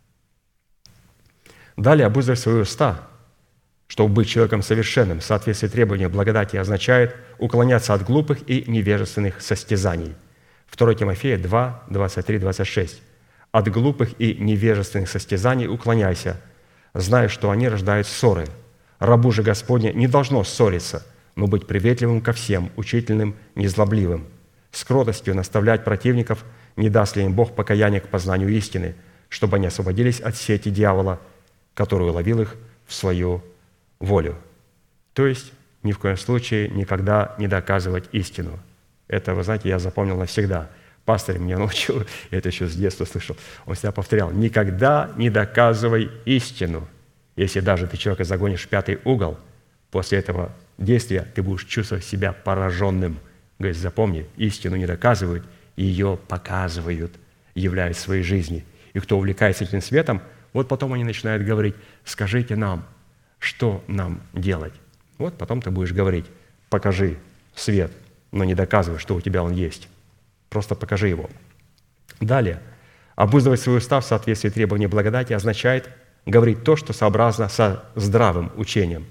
A: Далее, обуздывать свои уста, чтобы быть человеком совершенным в соответствии требованиям благодати, означает уклоняться от глупых и невежественных состязаний. второе Тимофея два, двадцать три, двадцать шесть. «От глупых и невежественных состязаний уклоняйся, зная, что они рождают ссоры. Рабу же Господне не должно ссориться, но быть приветливым ко всем, учительным, незлобливым, с кротостью наставлять противников, не даст ли им Бог покаяние к познанию истины, чтобы они освободились от сети дьявола, который уловил их в свою волю». То есть ни в коем случае никогда не доказывать истину. Это, вы знаете, я запомнил навсегда. Пастор меня научил, я это еще с детства слышал. Он всегда повторял: никогда не доказывай истину. Если даже ты человека загонишь в пятый угол, после этого действия ты будешь чувствовать себя пораженным. Говорит, запомни, истину не доказывают, ее показывают, являя в своей жизни. И кто увлекается этим светом, вот потом они начинают говорить: скажите нам, что нам делать? Вот потом ты будешь говорить: покажи свет, но не доказывай, что у тебя он есть. Просто покажи его. Далее. Обуздывать свой уста в соответствии требований благодати означает говорить то, что сообразно со здравым учением.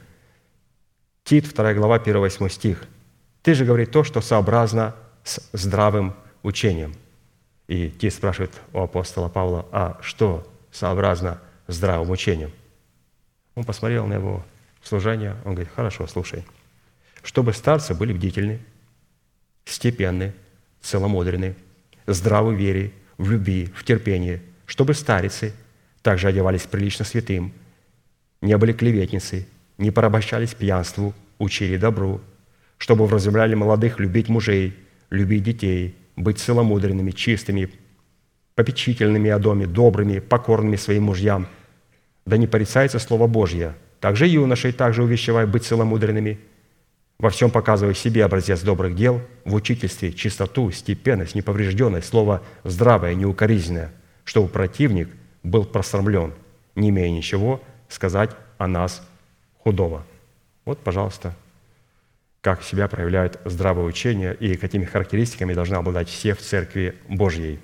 A: Тит, вторая глава, один-восьмой стих. «Ты же говори то, что сообразно с здравым учением». И Тит спрашивает у апостола Павла: а что сообразно с здравым учением? Он посмотрел на его служение, он говорит: хорошо, слушай. «Чтобы старцы были бдительны, степенны, целомудренны, здравы в вере, в любви, в терпении, чтобы старицы также одевались прилично святым, не были клеветницы, не порабощались пьянству, учили добру, чтобы вразумляли молодых любить мужей, любить детей, быть целомудренными, чистыми, попечительными о доме, добрыми, покорными своим мужьям. Да не порицается Слово Божье. Также юношей также увещевай быть целомудренными, во всем показывая себе образец добрых дел, в учительстве чистоту, степенность, неповрежденность, слово здравое, неукоризненное, чтобы противник был просрамлен, не имея ничего сказать о нас худого». Вот, пожалуйста, как себя проявляет здравое учение и какими характеристиками должны обладать все в Церкви Божьей.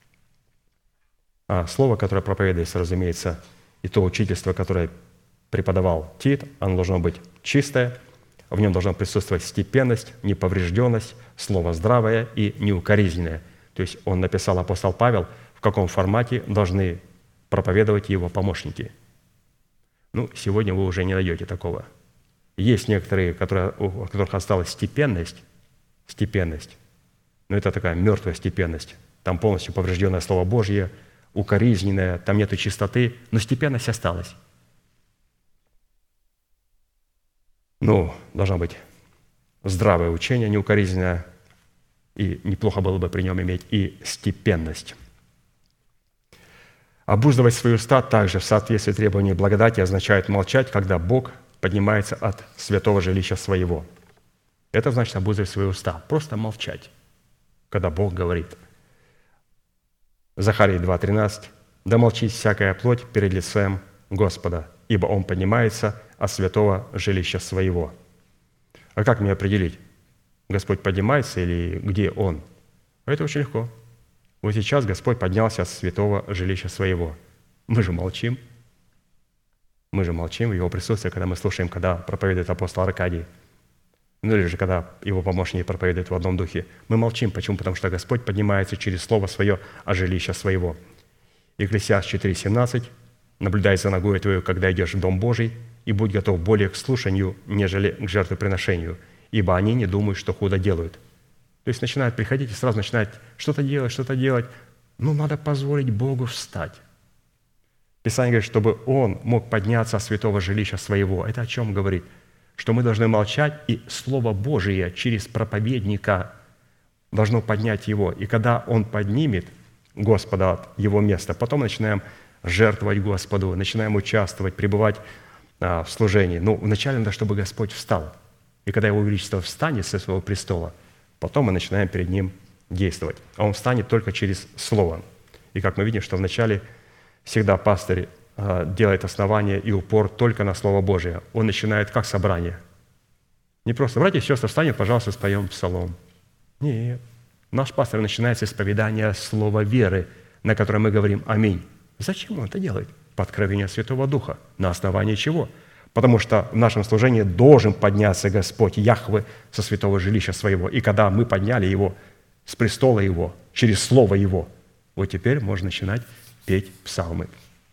A: А слово, которое проповедуется, разумеется, и то учительство, которое преподавал Тит, оно должно быть чистое, в нем должна присутствовать степенность, неповрежденность, слово здравое и неукоризненное. То есть он написал, апостол Павел, в каком формате должны проповедовать его помощники. Ну, сегодня вы уже не найдете такого. Есть некоторые, которые, у которых осталась степенность, степенность, но это такая мертвая степенность. Там полностью поврежденное Слово Божье, укоризненное, там нету чистоты, но степенность осталась. Ну, должно быть здравое учение, неукоризненное, и неплохо было бы при нем иметь и степенность. Обуздывать свои уста также в соответствии требований благодати означает молчать, когда Бог поднимается от святого жилища своего. Это значит обуздывать свои уста, просто молчать, когда Бог говорит. Захарии два тринадцать. «Да молчит всякая плоть перед лицем Господа, ибо Он поднимается от святого жилища своего». А как мне определить, Господь поднимается или где Он? Это очень легко. Вот сейчас Господь поднялся от святого жилища своего. Мы же молчим. Мы же молчим в Его присутствии, когда мы слушаем, когда проповедует апостол Аркадий. Ну или же, когда его помощники проповедуют в одном духе. Мы молчим. Почему? Потому что Господь поднимается через Слово Свое от жилища Своего. Екклесиаст четыре семнадцать. «Наблюдай за ногою твою, когда идешь в Дом Божий, и будь готов более к слушанию, нежели к жертвоприношению, ибо они не думают, что худо делают». То есть начинают приходить и сразу начинают что-то делать, что-то делать. Ну, надо позволить Богу встать. Писание говорит, чтобы Он мог подняться от святого жилища своего. Это о чем говорит? Что мы должны молчать, и Слово Божие через проповедника должно поднять его. И когда Он поднимет Господа от его места, потом начинаем жертвовать Господу, начинаем участвовать, пребывать а, в служении. Но вначале надо, чтобы Господь встал. И когда Его Величество встанет со своего престола, потом мы начинаем перед Ним действовать. А Он встанет только через Слово. И как мы видим, что вначале всегда пастырь а, делает основание и упор только на Слово Божие. Он начинает как собрание. Не просто, братья и сестры, встанем, пожалуйста, споем псалом. Нет. Наш пастор начинает с исповедания слова веры, на котором мы говорим «Аминь». Зачем он это делает? По откровению Святого Духа. На основании чего? Потому что в нашем служении должен подняться Господь Яхве со святого жилища своего. И когда мы подняли Его с престола Его, через Слово Его, вот теперь можно начинать петь псалмы.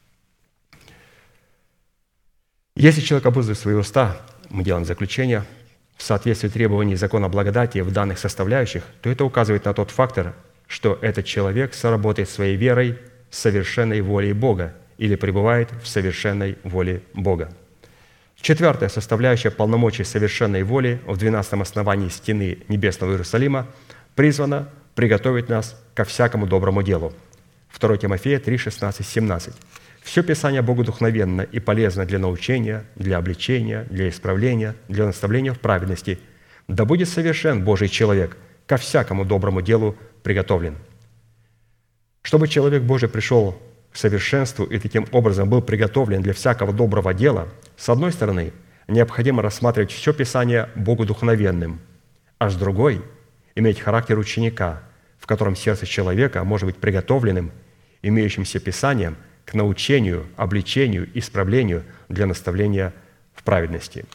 A: Если человек обуздывает свои уста, мы делаем заключение, в соответствии требований закона благодати в данных составляющих, то это указывает на тот фактор, что этот человек соработает своей верой с совершенной волей Бога или пребывает в совершенной воле Бога. Четвертая составляющая полномочий совершенной воли в двенадцатом основании стены Небесного Иерусалима призвана приготовить нас ко всякому доброму делу. второе Тимофея три, шестнадцать, семнадцать. Все Писание богодухновенно и полезно для научения, для обличения, для исправления, для наставления в праведности. Да будет совершен Божий человек, ко всякому доброму делу приготовлен. Чтобы человек Божий пришел к совершенству и таким образом был приготовлен для всякого доброго дела, с одной стороны, необходимо рассматривать все Писание богодухновенным, а с другой – иметь характер ученика, в котором сердце человека может быть приготовленным, имеющимся Писанием, к научению, обличению, исправлению для наставления в праведности.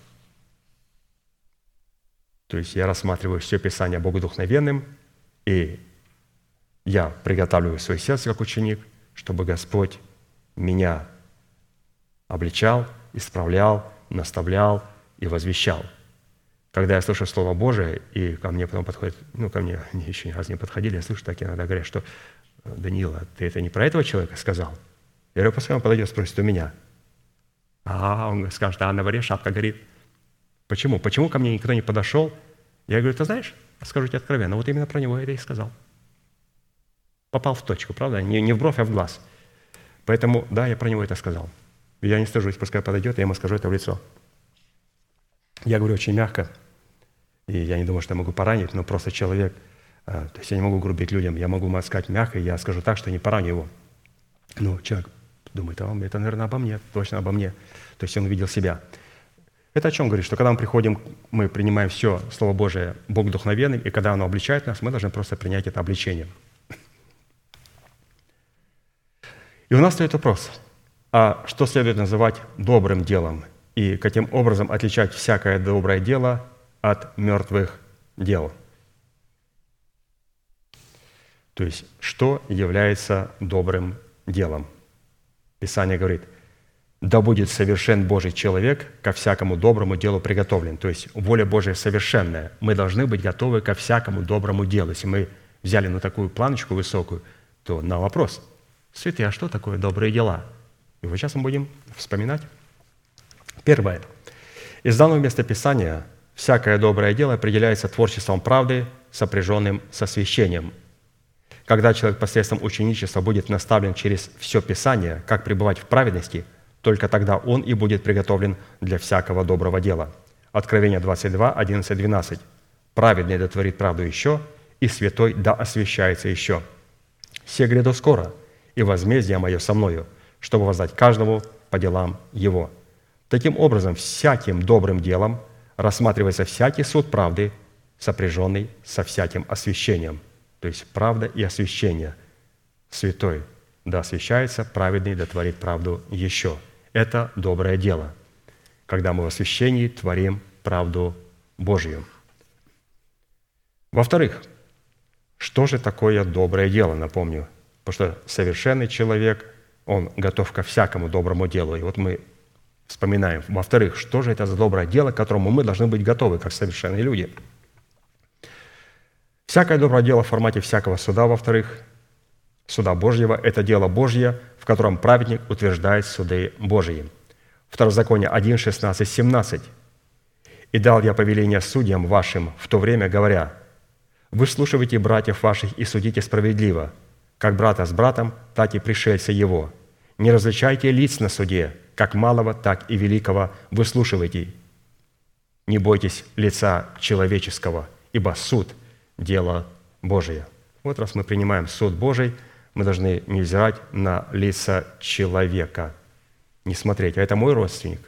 A: То есть я рассматриваю все Писание богодухновенным, и я приготавливаю свое сердце как ученик, чтобы Господь меня обличал, исправлял, наставлял и возвещал. Когда я слышу Слово Божие, и ко мне потом подходит, ну, ко мне еще ни разу не подходили, я слышу, так иногда говорят, что «Даниила, ты это не про этого человека сказал?» Я говорю, пускай он подойдет, спросит у меня. А он скажет, а на дворе шапка горит. Почему? Почему ко мне никто не подошел? Я говорю, ты знаешь, скажу тебе откровенно, вот именно про него я это и сказал. Попал в точку, правда? Не, не в бровь, а в глаз. Поэтому, да, я про него это сказал. Я не стыжусь, пускай подойдет, я ему скажу это в лицо. Я говорю очень мягко, и я не думаю, что я могу поранить, но просто человек, то есть я не могу грубить людям, я могу сказать мягко, и я скажу так, что не пораню его. Ну, человек думает, а это, наверное, обо мне, точно обо мне. То есть он увидел себя. Это о чем говорит? Что когда мы приходим, мы принимаем все Слово Божие богодухновенным, и когда оно обличает нас, мы должны просто принять это обличение. И у нас стоит вопрос, а что следует называть добрым делом? И каким образом отличать всякое доброе дело от мертвых дел? То есть, что является добрым делом? Писание говорит, да будет совершен Божий человек, ко всякому доброму делу приготовлен. То есть воля Божия совершенная. Мы должны быть готовы ко всякому доброму делу. Если мы взяли на такую планочку высокую, то на вопрос, святые, а что такое добрые дела? И вот сейчас мы будем вспоминать. Первое. Из данного места Писания всякое доброе дело определяется творчеством правды, сопряженным с освящением. Когда человек посредством ученичества будет наставлен через все Писание, как пребывать в праведности, только тогда он и будет приготовлен для всякого доброго дела. Откровение двадцать два, одиннадцать, двенадцать. «Праведный да творит правду еще, и святой да освящается еще. Се гряду скоро, и возмездие мое со мною, чтобы воздать каждому по делам его». Таким образом, всяким добрым делом рассматривается всякий суд правды, сопряженный со всяким освящением. То есть правда и освящение. Святой да освящается, праведный да творит правду еще. Это доброе дело, когда мы в освящении творим правду Божью. Во-вторых, что же такое доброе дело, напомню? Потому что совершенный человек, он готов ко всякому доброму делу. И вот мы вспоминаем. Во-вторых, что же это за доброе дело, к которому мы должны быть готовы, как совершенные люди? Всякое доброе дело в формате всякого суда, во-вторых, суда Божьего – это дело Божье, в котором праведник утверждает суды Божьи». Второзаконие один, шестнадцать, семнадцать. «И дал я повеление судьям вашим в то время, говоря: выслушивайте братьев ваших и судите справедливо, как брата с братом, так и пришельца его. Не различайте лиц на суде, как малого, так и великого выслушивайте. Не бойтесь лица человеческого, ибо суд – дело Божие». Вот раз мы принимаем суд Божий, мы должны не взирать на лица человека, не смотреть, а это мой родственник,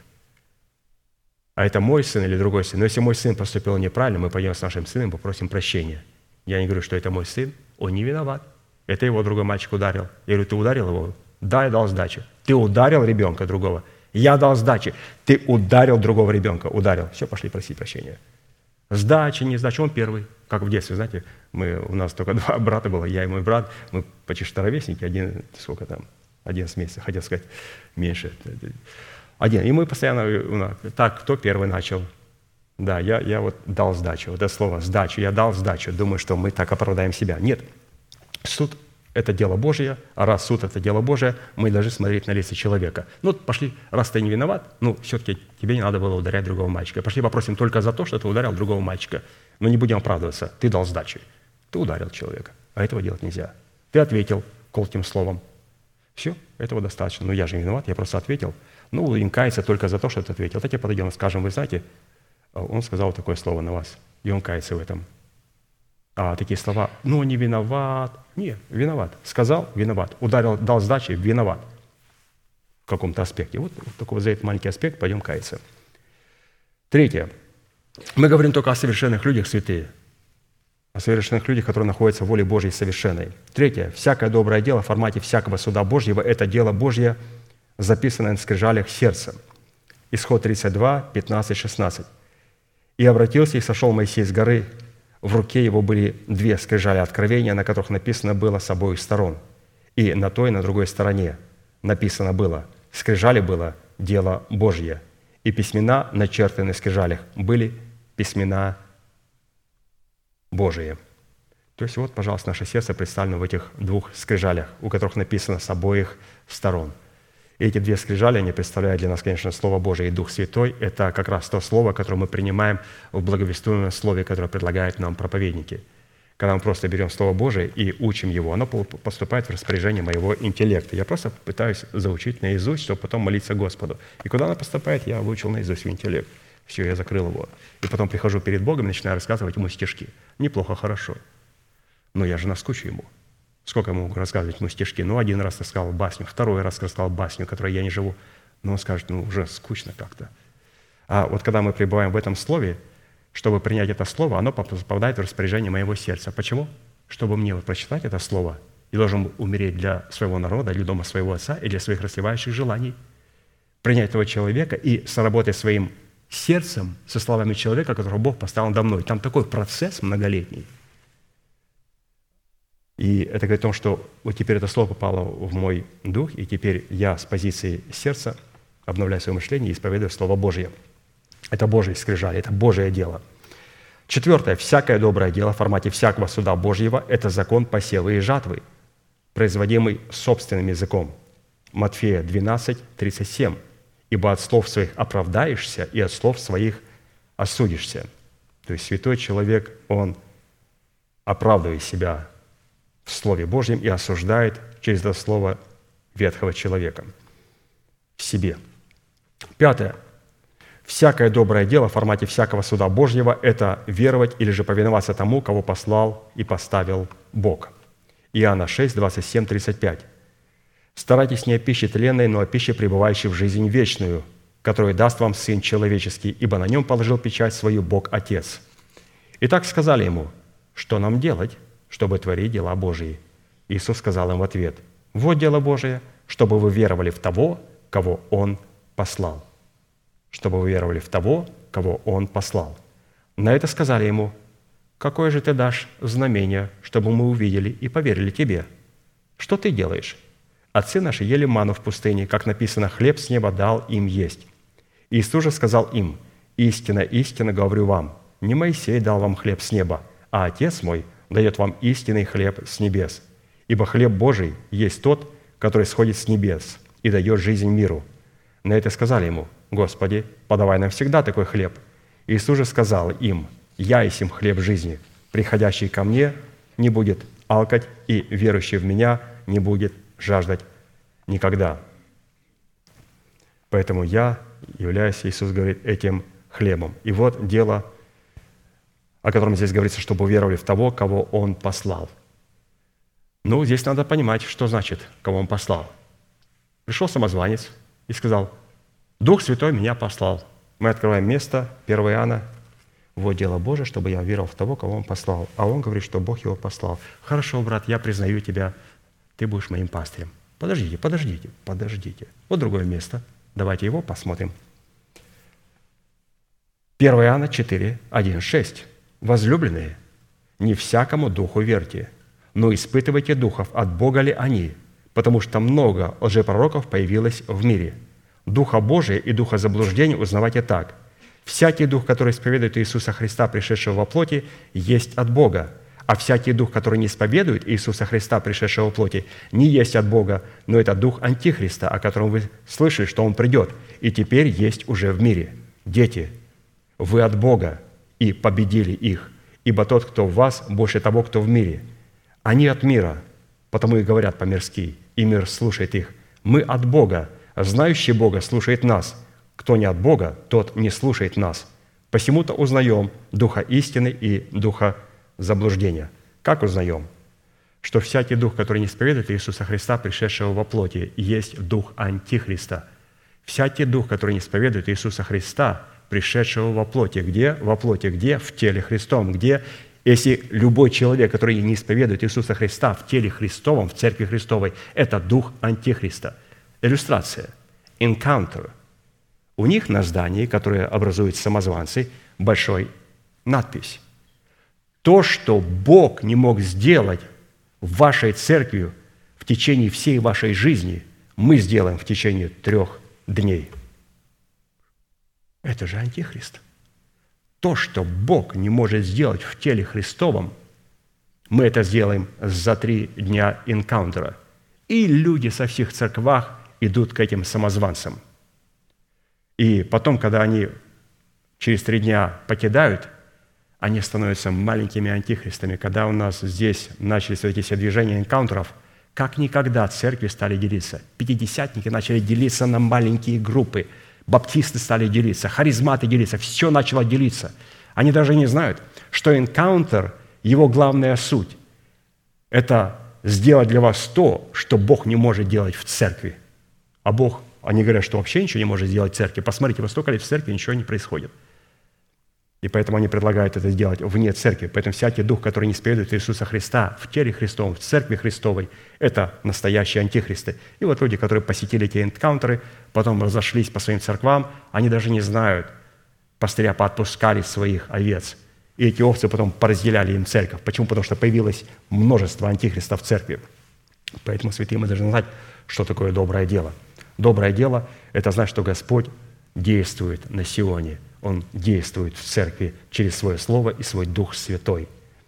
A: а это мой сын или другой сын. Но если мой сын поступил неправильно, мы пойдем с нашим сыном, попросим прощения. Я не говорю, что это мой сын, он не виноват. Это его другой мальчик ударил. Я говорю: ты ударил его? Да, я дал сдачу. Ты ударил ребенка другого? Я дал сдачи. Ты ударил другого ребенка? Ударил. Все, пошли просить прощения. Сдача, не сдача, он первый. Как в детстве, знаете, мы, у нас только два брата было, я и мой брат, мы почти что ровесники, один, сколько там, одиннадцать месяцев, хотел сказать, меньше. Один. И мы постоянно, так, кто первый начал? Да, я, я вот дал сдачу. Вот это слово «сдачу», я дал сдачу. Думаю, что мы так оправдаем себя. Нет. Суд – это дело Божье, а раз суд – это дело Божие, мы должны смотреть на лицо человека. Ну, пошли, раз ты не виноват, ну, все-таки тебе не надо было ударять другого мальчика. Пошли попросим только за то, что ты ударил другого мальчика. Но не будем оправдываться. Ты дал сдачу. Ты ударил человека. А этого делать нельзя. Ты ответил колким словом. Все, этого достаточно. Ну, я же не виноват, я просто ответил. Ну, им кается только за то, что ты ответил. Давайте подойдем и скажем: вы знаете, он сказал такое слово на вас, и он кается в этом. А такие слова: ну, не виноват. Не, виноват. Сказал – виноват. Ударил, дал сдачи – виноват. В каком-то аспекте. Вот, вот такой вот за этот маленький аспект пойдем каяться. Третье. Мы говорим только о совершенных людях, святые. О совершенных людях, которые находятся в воле Божьей совершенной. Третье. Всякое доброе дело в формате всякого суда Божьего – это дело Божье, записанное на скрижалях сердца. Исход тридцать два, пятнадцать, шестнадцать. «И обратился, и сошел Моисей с горы. В руке его были две скрижали откровения, на которых написано было с обоих сторон. И на той, и на другой стороне написано было. Скрижали было дело Божье. И письмена, начертанные на скрижалях, были письмена Божие». То есть вот, пожалуйста, наше сердце представлено в этих двух скрижалях, у которых написано с обоих сторон. И эти две скрижали, они представляют для нас, конечно, Слово Божие и Дух Святой. Это как раз то Слово, которое мы принимаем в благовествуемом Слове, которое предлагают нам проповедники. Когда мы просто берем Слово Божие и учим его, оно поступает в распоряжение моего интеллекта. Я просто пытаюсь заучить наизусть, чтобы потом молиться Господу. И куда оно поступает, я выучил наизусть в интеллект. Все, я закрыл его. И потом прихожу перед Богом и начинаю рассказывать ему стишки. Неплохо, хорошо. Но я же наскучу ему. Сколько я могу рассказывать ему стишки? Ну, один раз рассказал басню, второй раз рассказал басню, которой я не живу. Но он скажет: ну, уже скучно как-то. А вот когда мы пребываем в этом слове, чтобы принять это слово, оно попадает в распоряжение моего сердца. Почему? Чтобы мне вот прочитать это слово, я должен умереть для своего народа, для дома своего отца и для своих расливающих желаний. Принять этого человека и соработать своим сердцем со словами человека, которого Бог поставил надо мной. Там такой процесс многолетний. И это говорит о том, что вот теперь это слово попало в мой дух, и теперь я с позиции сердца обновляю свое мышление и исповедую Слово Божье. Это Божие скрижали, это Божие дело. Четвертое. Всякое доброе дело в формате всякого суда Божьего – это закон посева и жатвы, производимый собственным языком. Матфея двенадцать, тридцать семь. «Ибо от слов своих оправдаешься, и от слов своих осудишься». То есть святой человек, он оправдывает себя в Слове Божьем и осуждает через это слово ветхого человека в себе. Пятое. Всякое доброе дело в формате всякого суда Божьего – это веровать или же повиноваться тому, кого послал и поставил Бог. Иоанна шесть, двадцать семь, тридцать пять. «Старайтесь не о пище тленной, но о пище, пребывающей в жизнь вечную, которую даст вам Сын Человеческий, ибо на нем положил печать свою Бог Отец». Итак, сказали ему: что нам делать, чтобы творить дела Божии? Иисус сказал им в ответ: вот дело Божие, чтобы вы веровали в того, кого Он послал. Чтобы вы веровали в того, кого Он послал. На это сказали ему: какое же ты дашь знамение, чтобы мы увидели и поверили тебе? Что ты делаешь? Отцы наши ели ману в пустыне, как написано: хлеб с неба дал им есть. Иисус же сказал им: истинно, истинно говорю вам, не Моисей дал вам хлеб с неба, а Отец мой дает вам истинный хлеб с небес. ибо хлеб Божий есть тот, который сходит с небес и дает жизнь миру». На это сказали ему: «Господи, подавай нам всегда такой хлеб». Иисус же сказал им: «Я есть им хлеб жизни. Приходящий ко мне не будет алкать, и верующий в меня не будет жаждать никогда». Поэтому я являюсь, Иисус говорит, этим хлебом. И вот дело, о котором здесь говорится, чтобы уверовали в того, кого Он послал. Ну, здесь надо понимать, что значит, кого Он послал. Пришел самозванец и сказал: «Дух Святой меня послал». Мы открываем место, первое Иоанна. «Вот дело Божие, чтобы я верил в того, кого Он послал». А он говорит, что Бог его послал. «Хорошо, брат, я признаю тебя, ты будешь моим пастырем». Подождите, подождите, подождите. Вот другое место. Давайте его посмотрим. первое Иоанна четыре, один, шесть. «Возлюбленные, не всякому духу верьте, но испытывайте духов, от Бога ли они, потому что много лжепророков появилось в мире. Духа Божия и духа заблуждения узнавайте так. Всякий дух, который исповедует Иисуса Христа, пришедшего во плоти, есть от Бога, а всякий дух, который не исповедует Иисуса Христа, пришедшего во плоти, не есть от Бога, но это дух Антихриста, о котором вы слышали, что он придет, и теперь есть уже в мире. Дети, вы от Бога и победили их, ибо тот, кто в вас, больше того, кто в мире. Они от мира, потому и говорят по-мирски, и мир слушает их. Мы от Бога, знающий Бога слушает нас. Кто не от Бога, тот не слушает нас. Посему-то узнаем духа истины и духа заблуждения». Как узнаем? Что всякий дух, который не исповедует Иисуса Христа, пришедшего во плоти, есть дух Антихриста. Всякий дух, который не исповедует Иисуса Христа, пришедшего во плоти. Где? Во плоти. Где? В теле Христовом. Где? Если любой человек, который не исповедует Иисуса Христа в теле Христовом, в церкви Христовой, это дух Антихриста. Иллюстрация. Encounter. У них на здании, которое образуют самозванцы, большой надпись. То, что Бог не мог сделать в вашей церкви в течение всей вашей жизни, мы сделаем в течение трех дней. Это же Антихрист. То, что Бог не может сделать в теле Христовом, мы это сделаем за три дня энкаунтера. И люди со всех церквах идут к этим самозванцам. И потом, когда они через три дня покидают, они становятся маленькими антихристами. Когда у нас здесь начались эти все движения энкаунтеров, как никогда церкви стали делиться. Пятидесятники начали делиться на маленькие группы. Баптисты стали делиться, харизматы делиться, все начало делиться. Они даже не знают, что энкаунтер, его главная суть – это сделать для вас то, что Бог не может делать в церкви. А Бог, они говорят, что вообще ничего не может сделать в церкви. Посмотрите, во столько лет в церкви ничего не происходит. И поэтому они предлагают это сделать вне церкви. Поэтому всякий дух, который не исповедует Иисуса Христа в теле Христовом, в церкви Христовой, это настоящие антихристы. И вот люди, которые посетили эти энкаунтеры, потом разошлись по своим церквам, они даже не знают, пастыря поотпускали своих овец. И эти овцы потом поразделяли им церковь. Почему? Потому что появилось множество антихристов в церкви. Поэтому, святые, мы должны знать, что такое доброе дело. Доброе дело – это значит, что Господь действует на Сионе. Он действует в церкви через Свое Слово и Свой Дух Святой.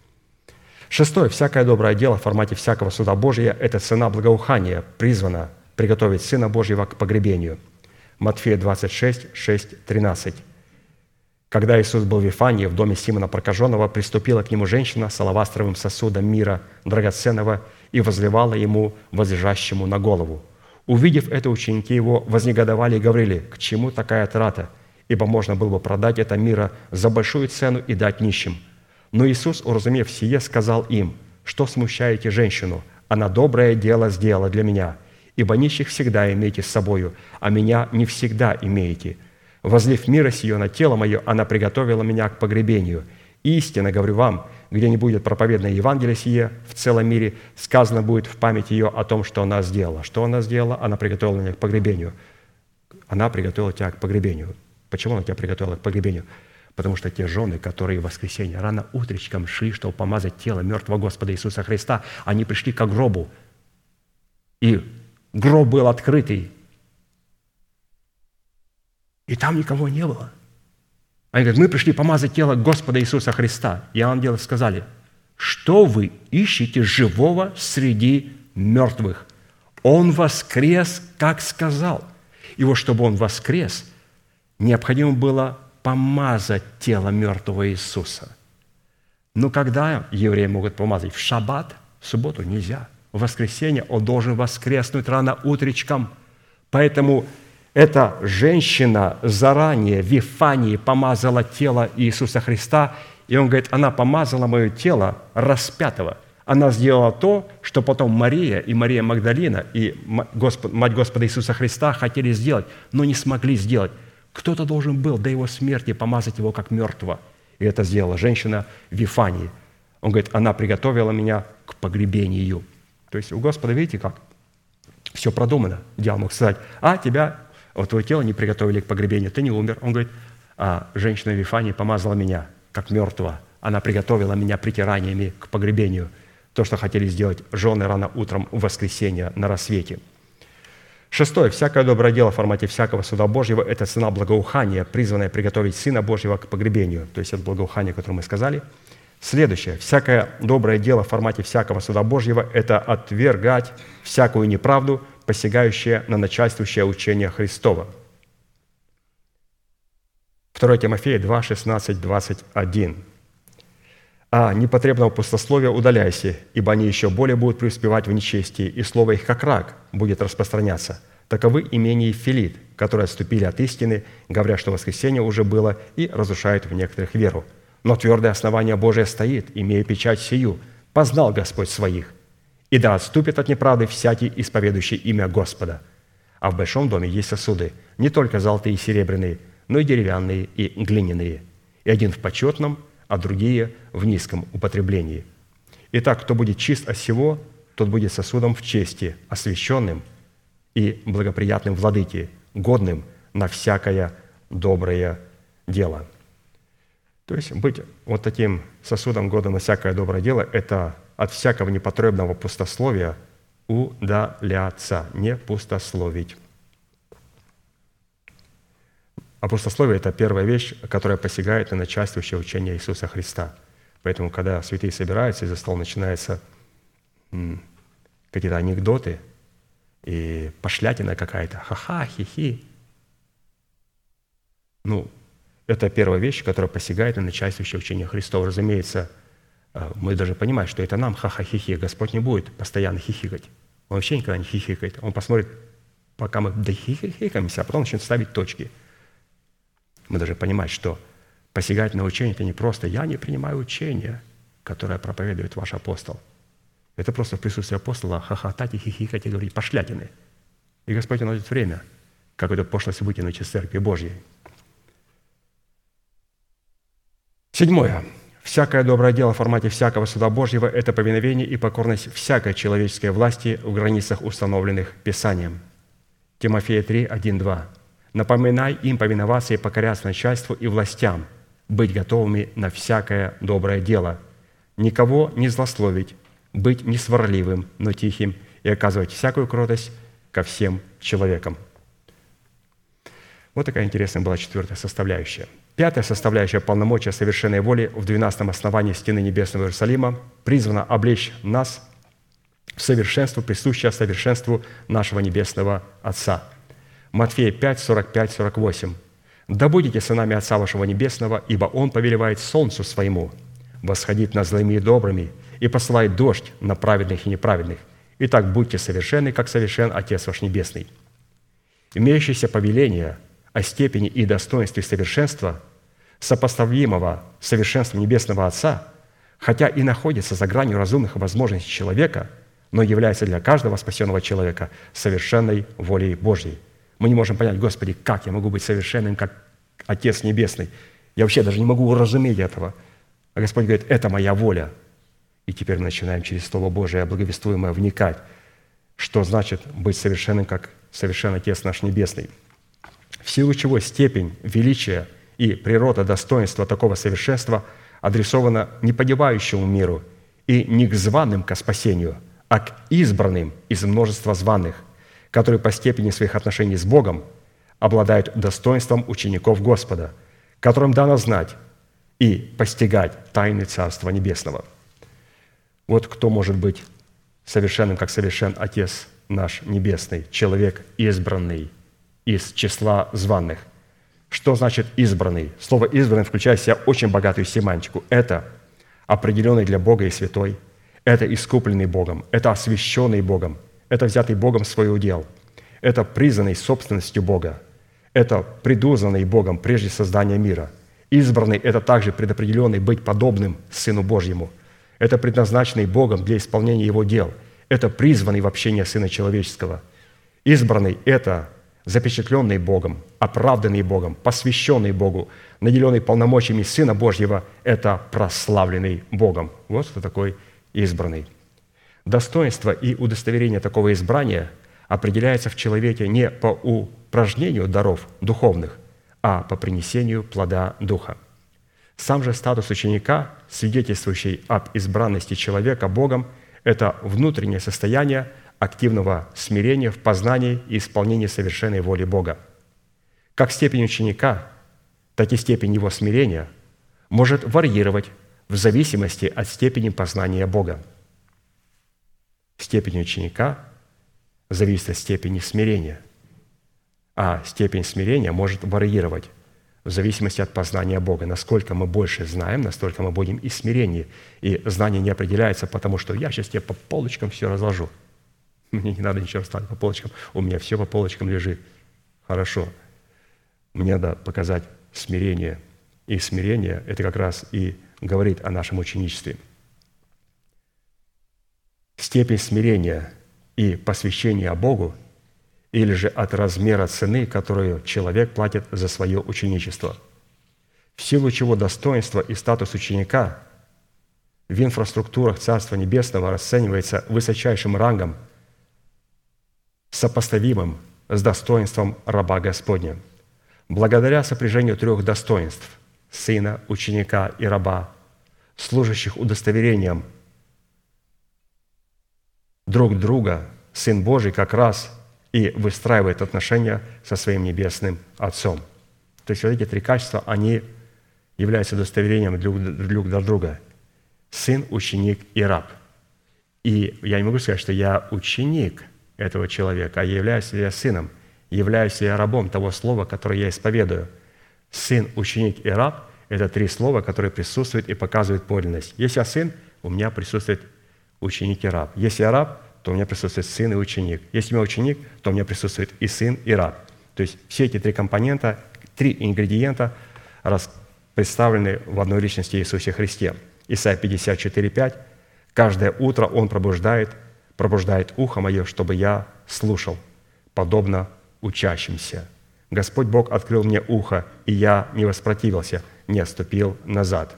A: Шестое. Всякое доброе дело в формате всякого суда Божия – это цена благоухания, призвана приготовить Сына Божьего к погребению. Матфея двадцать шесть, шесть, тринадцать. Когда Иисус был в Вифании, в доме Симона Прокаженного, приступила к нему женщина с алавастровым сосудом мира драгоценного и возливала ему, возлежащему на голову. Увидев это, ученики его вознегодовали и говорили: «К чему такая трата? Ибо можно было бы продать это мира за большую цену и дать нищим». Но Иисус, уразумев сие, сказал им: «Что смущаете женщину? Она доброе дело сделала для меня. Ибо нищих всегда имеете с собою, а меня не всегда имеете. Возлив мира сие на тело мое, она приготовила меня к погребению. Истинно говорю вам, где не будет проповедано Евангелие сие в целом мире, сказано будет в память ее о том, что она сделала». Что она сделала? Она приготовила меня к погребению. Она приготовила тебя к погребению. Почему она тебя приготовила к погребению? Потому что те жены, которые в воскресенье рано утречком шли, чтобы помазать тело мертвого Господа Иисуса Христа, они пришли к гробу. И гроб был открытый. И там никого не было. Они говорят: мы пришли помазать тело Господа Иисуса Христа. И ангелы сказали:
C: что вы ищете живого среди мертвых? Он воскрес, как сказал. И вот чтобы Он воскрес, необходимо было помазать тело мертвого Иисуса. Но когда евреи могут помазать? В шаббат, в субботу нельзя. В воскресенье Он должен воскреснуть рано утречком. Поэтому эта женщина заранее в Вифании помазала тело Иисуса Христа, и Он говорит, она помазала мое тело распятого. Она сделала то, что потом Мария и Мария Магдалина и Господ, Мать Господа Иисуса Христа хотели сделать, но не смогли сделать. Кто-то должен был до Его смерти помазать Его как мертвого. И это сделала женщина в Вифании. Он говорит, она приготовила меня к погребению. То есть у Господа, видите, как все продумано. Дьявол мог сказать, а тебя, вот твое тело не приготовили к погребению, ты не умер. Он говорит, а женщина в Вифании помазала меня как мертвого. Она приготовила меня притираниями к погребению. То, что хотели сделать жены рано утром в воскресенье на рассвете. Шестое. Всякое доброе дело в формате всякого суда Божьего – это цена благоухания, призванная приготовить Сына Божьего к погребению. То есть это благоухание, которое мы сказали. Следующее. Всякое доброе дело в формате всякого суда Божьего – это отвергать всякую неправду, посягающую на начальствующее учение Христова. второе Тимофея два, шестнадцать, двадцать один. «А непотребного пустословия удаляйся, ибо они еще более будут преуспевать в нечестии, и слово их, как рак, будет распространяться. Таковы имения Филит, которые отступили от истины, говоря, что воскресенье уже было, и разрушают в некоторых веру. Но твердое основание Божие стоит, имея печать сию, познал Господь своих. И да отступит от неправды всякий, исповедующий имя Господа. А в большом доме есть сосуды, не только золотые и серебряные, но и деревянные и глиняные, и один в почетном, а другие в низком употреблении. Итак, кто будет чист от всего, тот будет сосудом в чести, освященным и благоприятным владыке, годным на всякое доброе дело». То есть быть вот таким сосудом, годным на всякое доброе дело, это от всякого непотребного пустословия удаляться, не пустословить. А пустословие – это первая вещь, которая посягает на начальствующее учение Иисуса Христа. Поэтому, когда святые собираются, и за стол начинаются м, какие-то анекдоты и пошлятина какая-то, ха-ха, хи-хи. Ну, это первая вещь, которая посягает на начальствующее учение Христова. Разумеется, мы даже понимаем, что это нам ха-ха-хи-хи. Господь не будет постоянно хихикать. Он вообще никогда не хихикает. Он посмотрит, пока мы дохихикаемся, а потом начнет ставить точки. Мы должны понимать, что посягать на учение – это не просто «я не принимаю учение, которое проповедует ваш апостол». Это просто в присутствии апостола хохотать и хихикать и говорить пошлятины. И Господь найдет время, как эту пошлость выкинуть из Церкви Божьей. Седьмое. Всякое доброе дело в формате всякого суда Божьего – это повиновение и покорность всякой человеческой власти в границах, установленных Писанием. Тимофея три, один, два. «Напоминай им повиноваться и покоряться начальству и властям, быть готовыми на всякое доброе дело, никого не злословить, быть не сварливым, но тихим и оказывать всякую кротость ко всем человекам». Вот такая интересная была четвертая составляющая. Пятая составляющая полномочия совершенной воли в двенадцатом основании стены Небесного Иерусалима призвана облечь нас в совершенство, присущее совершенству нашего Небесного Отца. Матфея пять, сорок пять, сорок восемь. «Да будете сынами Отца вашего Небесного, ибо Он повелевает солнцу своему восходить над злыми и добрыми и посылает дождь на праведных и неправедных. Итак, будьте совершенны, как совершен Отец ваш Небесный». Имеющееся повеление о степени и достоинстве совершенства, сопоставимого с совершенством Небесного Отца, хотя и находится за гранью разумных возможностей человека, но является для каждого спасенного человека совершенной волей Божьей. Мы не можем понять: Господи, как я могу быть совершенным, как Отец Небесный? Я вообще даже не могу уразуметь этого. А Господь говорит: это моя воля. И теперь мы начинаем через Слово Божие, благовествуемое, вникать, что значит быть совершенным, как совершен Отец наш Небесный. В силу чего степень величия и природа достоинства такого совершенства адресована не погибающему миру и не к званым ко спасению, а к избранным из множества званых, которые по степени своих отношений с Богом обладают достоинством учеников Господа, которым дано знать и постигать тайны Царства Небесного. Вот кто может быть совершенным, как совершен Отец наш Небесный, человек избранный из числа званых. Что значит избранный? Слово «избранный» включает в себя очень богатую семантику. Это определенный для Бога и святой, это искупленный Богом, это освященный Богом, это взятый Богом в свой удел, это признанный собственностью Бога, это предузнанный Богом прежде создания мира. Избранный – это также предопределенный быть подобным Сыну Божьему. Это предназначенный Богом для исполнения Его дел. Это призванный в общение Сына Человеческого. Избранный – это запечатленный Богом, оправданный Богом, посвященный Богу, наделенный полномочиями Сына Божьего – это прославленный Богом. Вот кто такой избранный. Достоинство и удостоверение такого избрания определяется в человеке не по упражнению даров духовных, а по принесению плода Духа. Сам же статус ученика, свидетельствующий об избранности человека Богом, это внутреннее состояние активного смирения в познании и исполнении совершенной воли Бога. Как степень ученика, так и степень его смирения может варьировать в зависимости от степени познания Бога. Степень ученика зависит от степени смирения, а степень смирения может варьировать в зависимости от познания Бога. Насколько мы больше знаем, настолько мы будем и смиреннее. И знание не определяется, потому что я сейчас тебе по полочкам все разложу. Мне не надо ничего расставить по полочкам. У меня все по полочкам лежит. Хорошо. Мне надо показать смирение. И смирение – это как раз и говорит о нашем ученичестве. Степень смирения и посвящения Богу или же от размера цены, которую человек платит за свое ученичество, в силу чего достоинство и статус ученика в инфраструктурах Царства Небесного расценивается высочайшим рангом, сопоставимым с достоинством раба Господня. Благодаря сопряжению трех достоинств – сына, ученика и раба, служащих удостоверением друг друга, Сын Божий как раз и выстраивает отношения со своим Небесным Отцом. То есть вот эти три качества, они являются удостоверением друг для друга. Сын, ученик и раб. И я не могу сказать, что я ученик этого человека, а являюсь ли я сыном, являюсь ли я рабом того слова, которое я исповедую. Сын, ученик и раб – это три слова, которые присутствуют и показывают подлинность. Если я сын, у меня присутствует ученик и раб. Если я раб, то у меня присутствует сын и ученик. Если у меня ученик, то у меня присутствует и сын, и раб. То есть все эти три компонента, три ингредиента представлены в одной личности Иисусе Христе. Исайя пятьдесят четыре пять. «Каждое утро Он пробуждает, пробуждает ухо мое, чтобы я слушал, подобно учащимся. Господь Бог открыл мне ухо, и я не воспротивился, не отступил назад».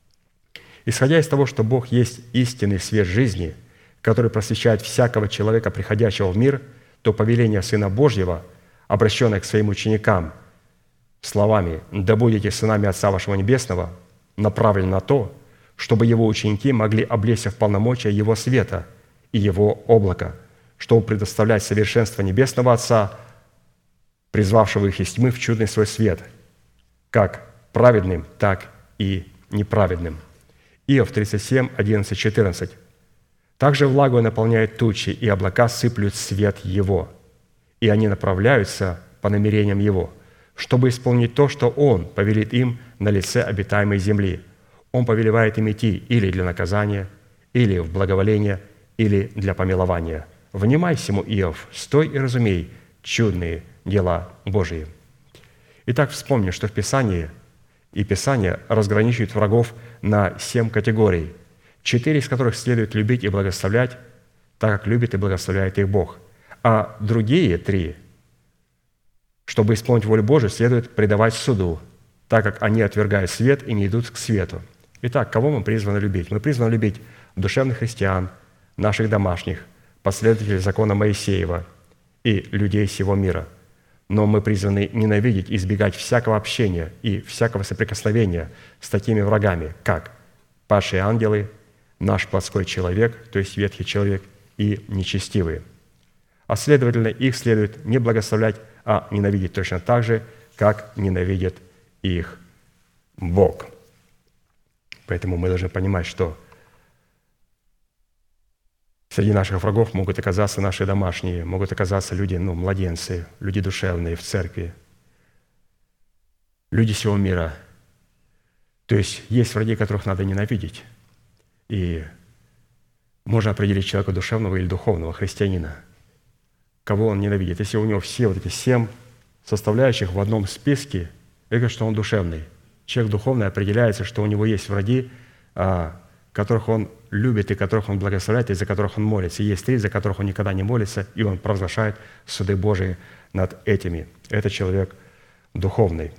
C: Исходя из того, что Бог есть истинный свет жизни, который просвещает всякого человека, приходящего в мир, то повеление Сына Божьего, обращенное к своим ученикам словами «Да будете сынами Отца вашего Небесного», направлено на то, чтобы Его ученики могли облечься в полномочия Его света и Его облака, чтобы предоставлять совершенство Небесного Отца, призвавшего их из тьмы в чудный свой свет, как праведным, так и неправедным. Иов тридцать семь, одиннадцать, четырнадцать. «Также влагу наполняет тучи, и облака сыплют свет Его, и они направляются по намерениям Его, чтобы исполнить то, что Он повелит им на лице обитаемой земли. Он повелевает им идти или для наказания, или в благоволение, или для помилования. Внимай всему, Иов, стой и разумей чудные дела Божии». Итак, вспомним, что в Писании и Писание разграничивает врагов на семь категорий, четыре из которых следует любить и благословлять, так как любит и благословляет их Бог. А другие три, чтобы исполнить волю Божию, следует предавать суду, так как они отвергают свет и не идут к свету. Итак, кого мы призваны любить? Мы призваны любить душевных христиан, наших домашних, последователей закона Моисеева и людей всего мира. Но мы призваны ненавидеть и избегать всякого общения и всякого соприкосновения с такими врагами, как падшие ангелы, наш плотской человек, то есть ветхий человек, и нечестивые. А следовательно, их следует не благословлять, а ненавидеть точно так же, как ненавидит их Бог. Поэтому мы должны понимать, что Среди наших врагов могут оказаться наши домашние, могут оказаться люди, ну, младенцы, люди душевные в церкви, люди всего мира. То есть есть враги, которых надо ненавидеть. И можно определить человека душевного или духовного, христианина, кого он ненавидит. Если у него все вот эти семь составляющих в одном списке, это что он душевный. Человек духовный определяется, что у него есть враги, которых он любит и которых он благословляет, и за которых он молится. И есть три, за которых он никогда не молится, и он провозглашает суды Божии над этими. Это человек духовный.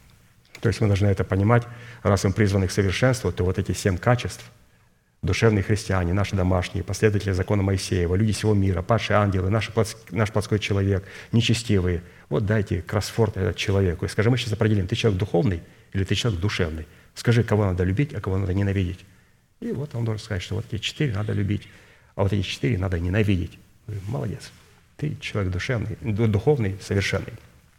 C: То есть мы должны это понимать. Раз мы призваны к совершенству, то вот эти семь качеств – душевные христиане, наши домашние, последователи закона Моисеева, люди всего мира, падшие ангелы, наш, наш плотской человек, нечестивые. Вот дайте кроссворд этот человеку. И скажи, мы сейчас определим, ты человек духовный или ты человек душевный. Скажи, кого надо любить, а кого надо ненавидеть. И вот он должен сказать, что вот эти четыре надо любить, а вот эти четыре надо ненавидеть. Молодец. Ты человек душевный, духовный, совершенный.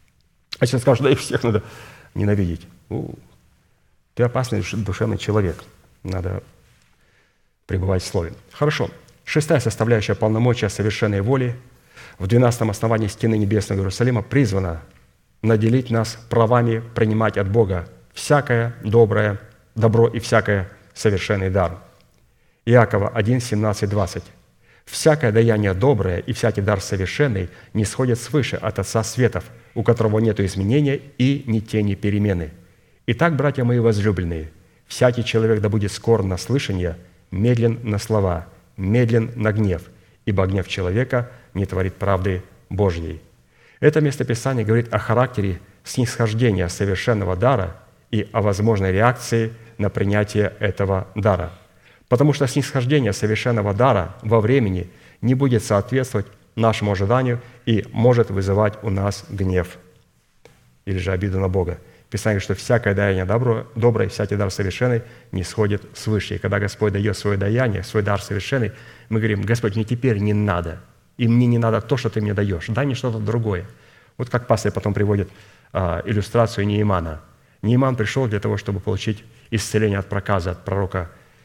C: А сейчас скажешь, да их всех надо ненавидеть. У, ты опасный душевный человек. Надо пребывать в слове. Хорошо. Шестая составляющая полномочия совершенной воли в двенадцатом основании стены небесного Иерусалима призвана наделить нас правами принимать от Бога всякое доброе, добро и всякое совершенный дар. Иакова один, семнадцать, двадцать. «Всякое даяние доброе и всякий дар совершенный не сходит свыше от Отца Светов, у которого нет изменения и ни тени перемены. Итак, братья мои возлюбленные, всякий человек да будет скор на слышание, медлен на слова, медлен на гнев, ибо гнев человека не творит правды Божьей». Это местописание говорит о характере снисхождения совершенного дара и о возможной реакции на принятие этого дара. Потому что снисхождение совершенного дара во времени не будет соответствовать нашему ожиданию и может вызывать у нас гнев или же обиду на Бога. Писание говорит, что всякое даяние добро, доброе, всякий дар совершенный не сходит свыше. И когда Господь дает свое даяние, свой дар совершенный, мы говорим, Господь, мне теперь не надо, и мне не надо то, что Ты мне даешь, дай мне что-то другое. Вот как пастырь потом приводит а, иллюстрацию Неемана. Нееман пришел для того, чтобы получить исцеление от проказа, от пророка.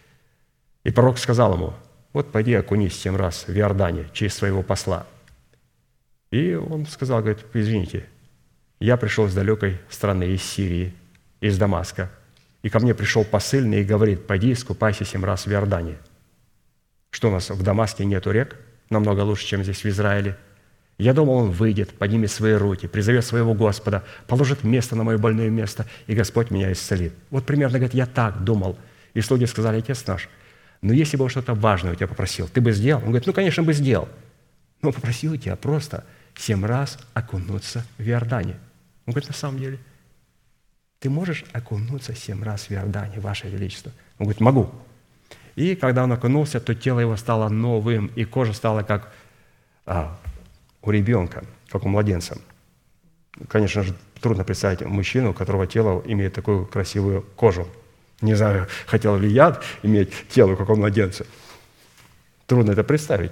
C: И пророк сказал ему, вот пойди окунись семь раз в Иордане через своего посла. И он сказал, говорит, извините, я пришел из далекой страны, из Сирии, из Дамаска, и ко мне пришел посыльный и говорит, пойди искупайся семь раз в Иордане. Что у нас в Дамаске нету рек? Намного лучше, чем здесь в Израиле. Я думал, он выйдет, поднимет свои руки, призовет своего Господа, положит место на мое больное место, и Господь меня исцелит. Вот примерно, говорит, я так думал. И слуги сказали, Отец наш, но если бы он что-то важное у тебя попросил, ты бы сделал? Он говорит, ну, конечно, бы сделал. Но попросил у тебя просто семь раз окунуться в Иордане. Он говорит, на самом деле, ты можешь окунуться семь раз в Иордане, Ваше Величество? Он говорит, могу. И когда он окунулся, то тело его стало новым, и кожа стала как а, у ребенка, как у младенца. Конечно же, трудно представить мужчину, у которого тело имеет такую красивую кожу. Не знаю, хотел ли я иметь тело, как у младенца. Трудно это представить.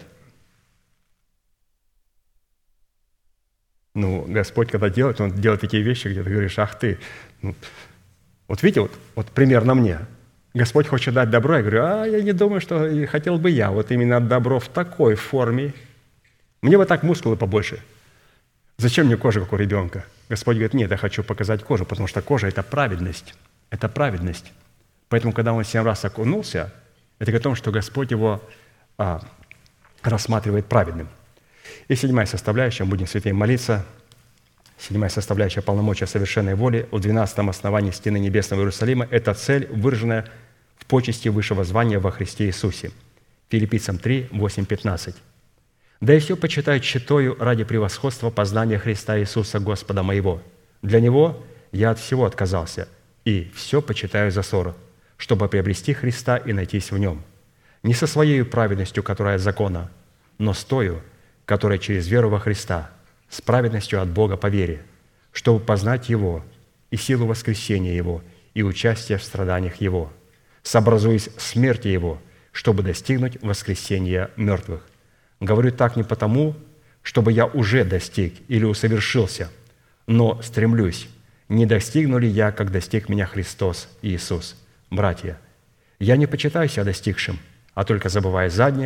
C: Ну, Господь, когда делает, Он делает такие вещи, где ты говоришь, ах ты. Ну, вот видите, вот, вот примерно мне. Господь хочет дать добро, я говорю, а я не думаю, что хотел бы я вот именно добро в такой форме. Мне бы так мускулы побольше. Зачем мне кожа, как у ребенка? Господь говорит, нет, я хочу показать кожу, потому что кожа – это праведность. Это праведность. Поэтому, когда он семь раз окунулся, это говорит о том, что Господь его а, рассматривает праведным. И седьмая составляющая, будем святым молиться, седьмая составляющая полномочия совершенной воли в двенадцатом основании стены небесного Иерусалима – это цель, выраженная в почести высшего звания во Христе Иисусе. Филиппийцам три, восемь, пятнадцать. «Да и все почитаю тщетою ради превосходства познания Христа Иисуса Господа моего. Для Него я от всего отказался, и все почитаю за ссору, чтобы приобрести Христа и найтись в Нем. Не со своей праведностью, которая от закона, но с тою, которая через веру во Христа, с праведностью от Бога по вере, чтобы познать Его и силу воскресения Его и участие в страданиях Его, сообразуясь смерти Его, чтобы достигнуть воскресения мертвых. Говорю так не потому, чтобы я уже достиг или усовершился, но стремлюсь, не достигну ли я, как достиг меня Христос Иисус. Братья, я не почитаю себя достигшим, а только забывая заднее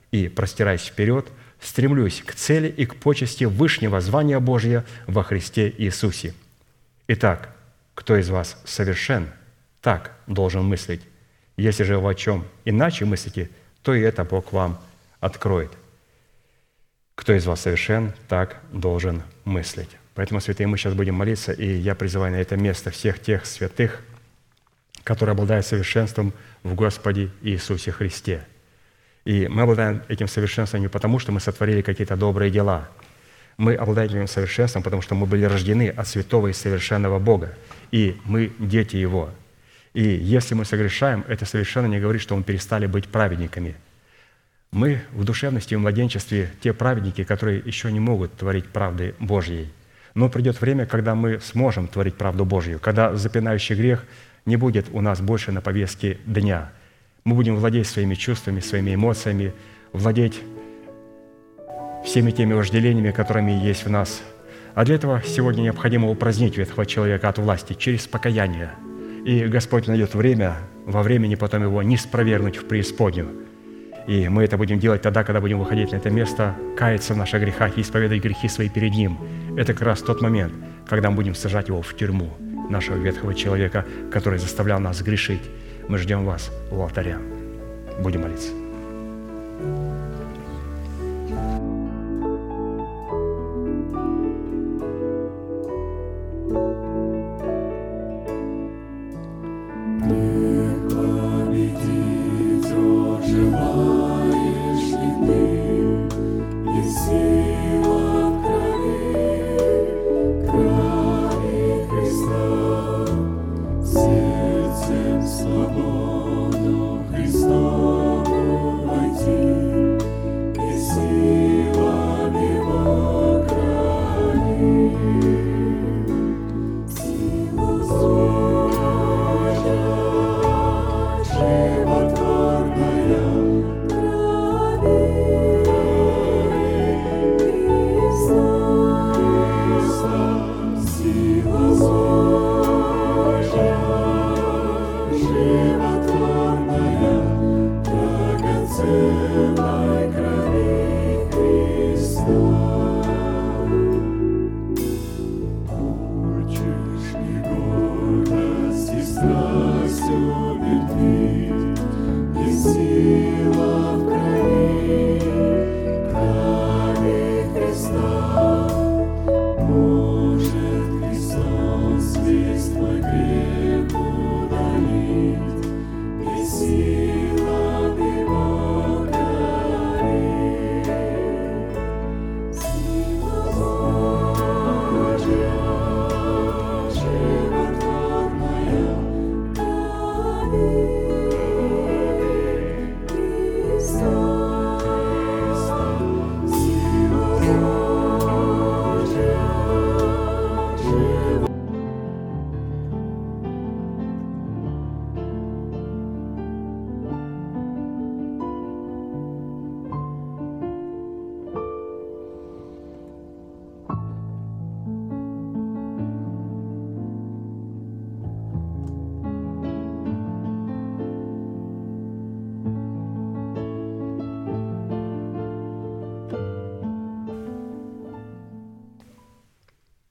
C: и, простираясь вперед, стремлюсь к цели и к почести вышнего звания Божия во Христе Иисусе. Итак, кто из вас совершен, так должен мыслить. Если же вы о чем иначе мыслите, то и это Бог вам откроет. Кто из вас совершен, так должен мыслить. Поэтому, святые, мы сейчас будем молиться, и я призываю на это место всех тех святых, которые обладают совершенством в Господе Иисусе Христе. И мы обладаем этим совершенством не потому, что мы сотворили какие-то добрые дела. Мы обладаем этим совершенством, потому что мы были рождены от святого и совершенного Бога, и мы дети Его. И если мы согрешаем, это совершенно не говорит, что мы перестали быть праведниками. Мы в душевности и в младенчестве те праведники, которые еще не могут творить правды Божьей. Но придет время, когда мы сможем творить правду Божью, когда запинающий грех не будет у нас больше на повестке дня. Мы будем владеть своими чувствами, своими эмоциями, владеть всеми теми вожделениями, которыми есть в нас. А для этого сегодня необходимо упразднить ветхого человека от власти через покаяние. И Господь найдет время, во времени потом его не спровергнуть в преисподнюю. И мы это будем делать тогда, когда будем выходить на это место, каяться в наших грехах и исповедовать грехи свои перед Ним. Это как раз тот момент, когда мы будем сажать его в тюрьму, нашего ветхого человека, который заставлял нас грешить. Мы ждем вас у алтаря. Будем молиться.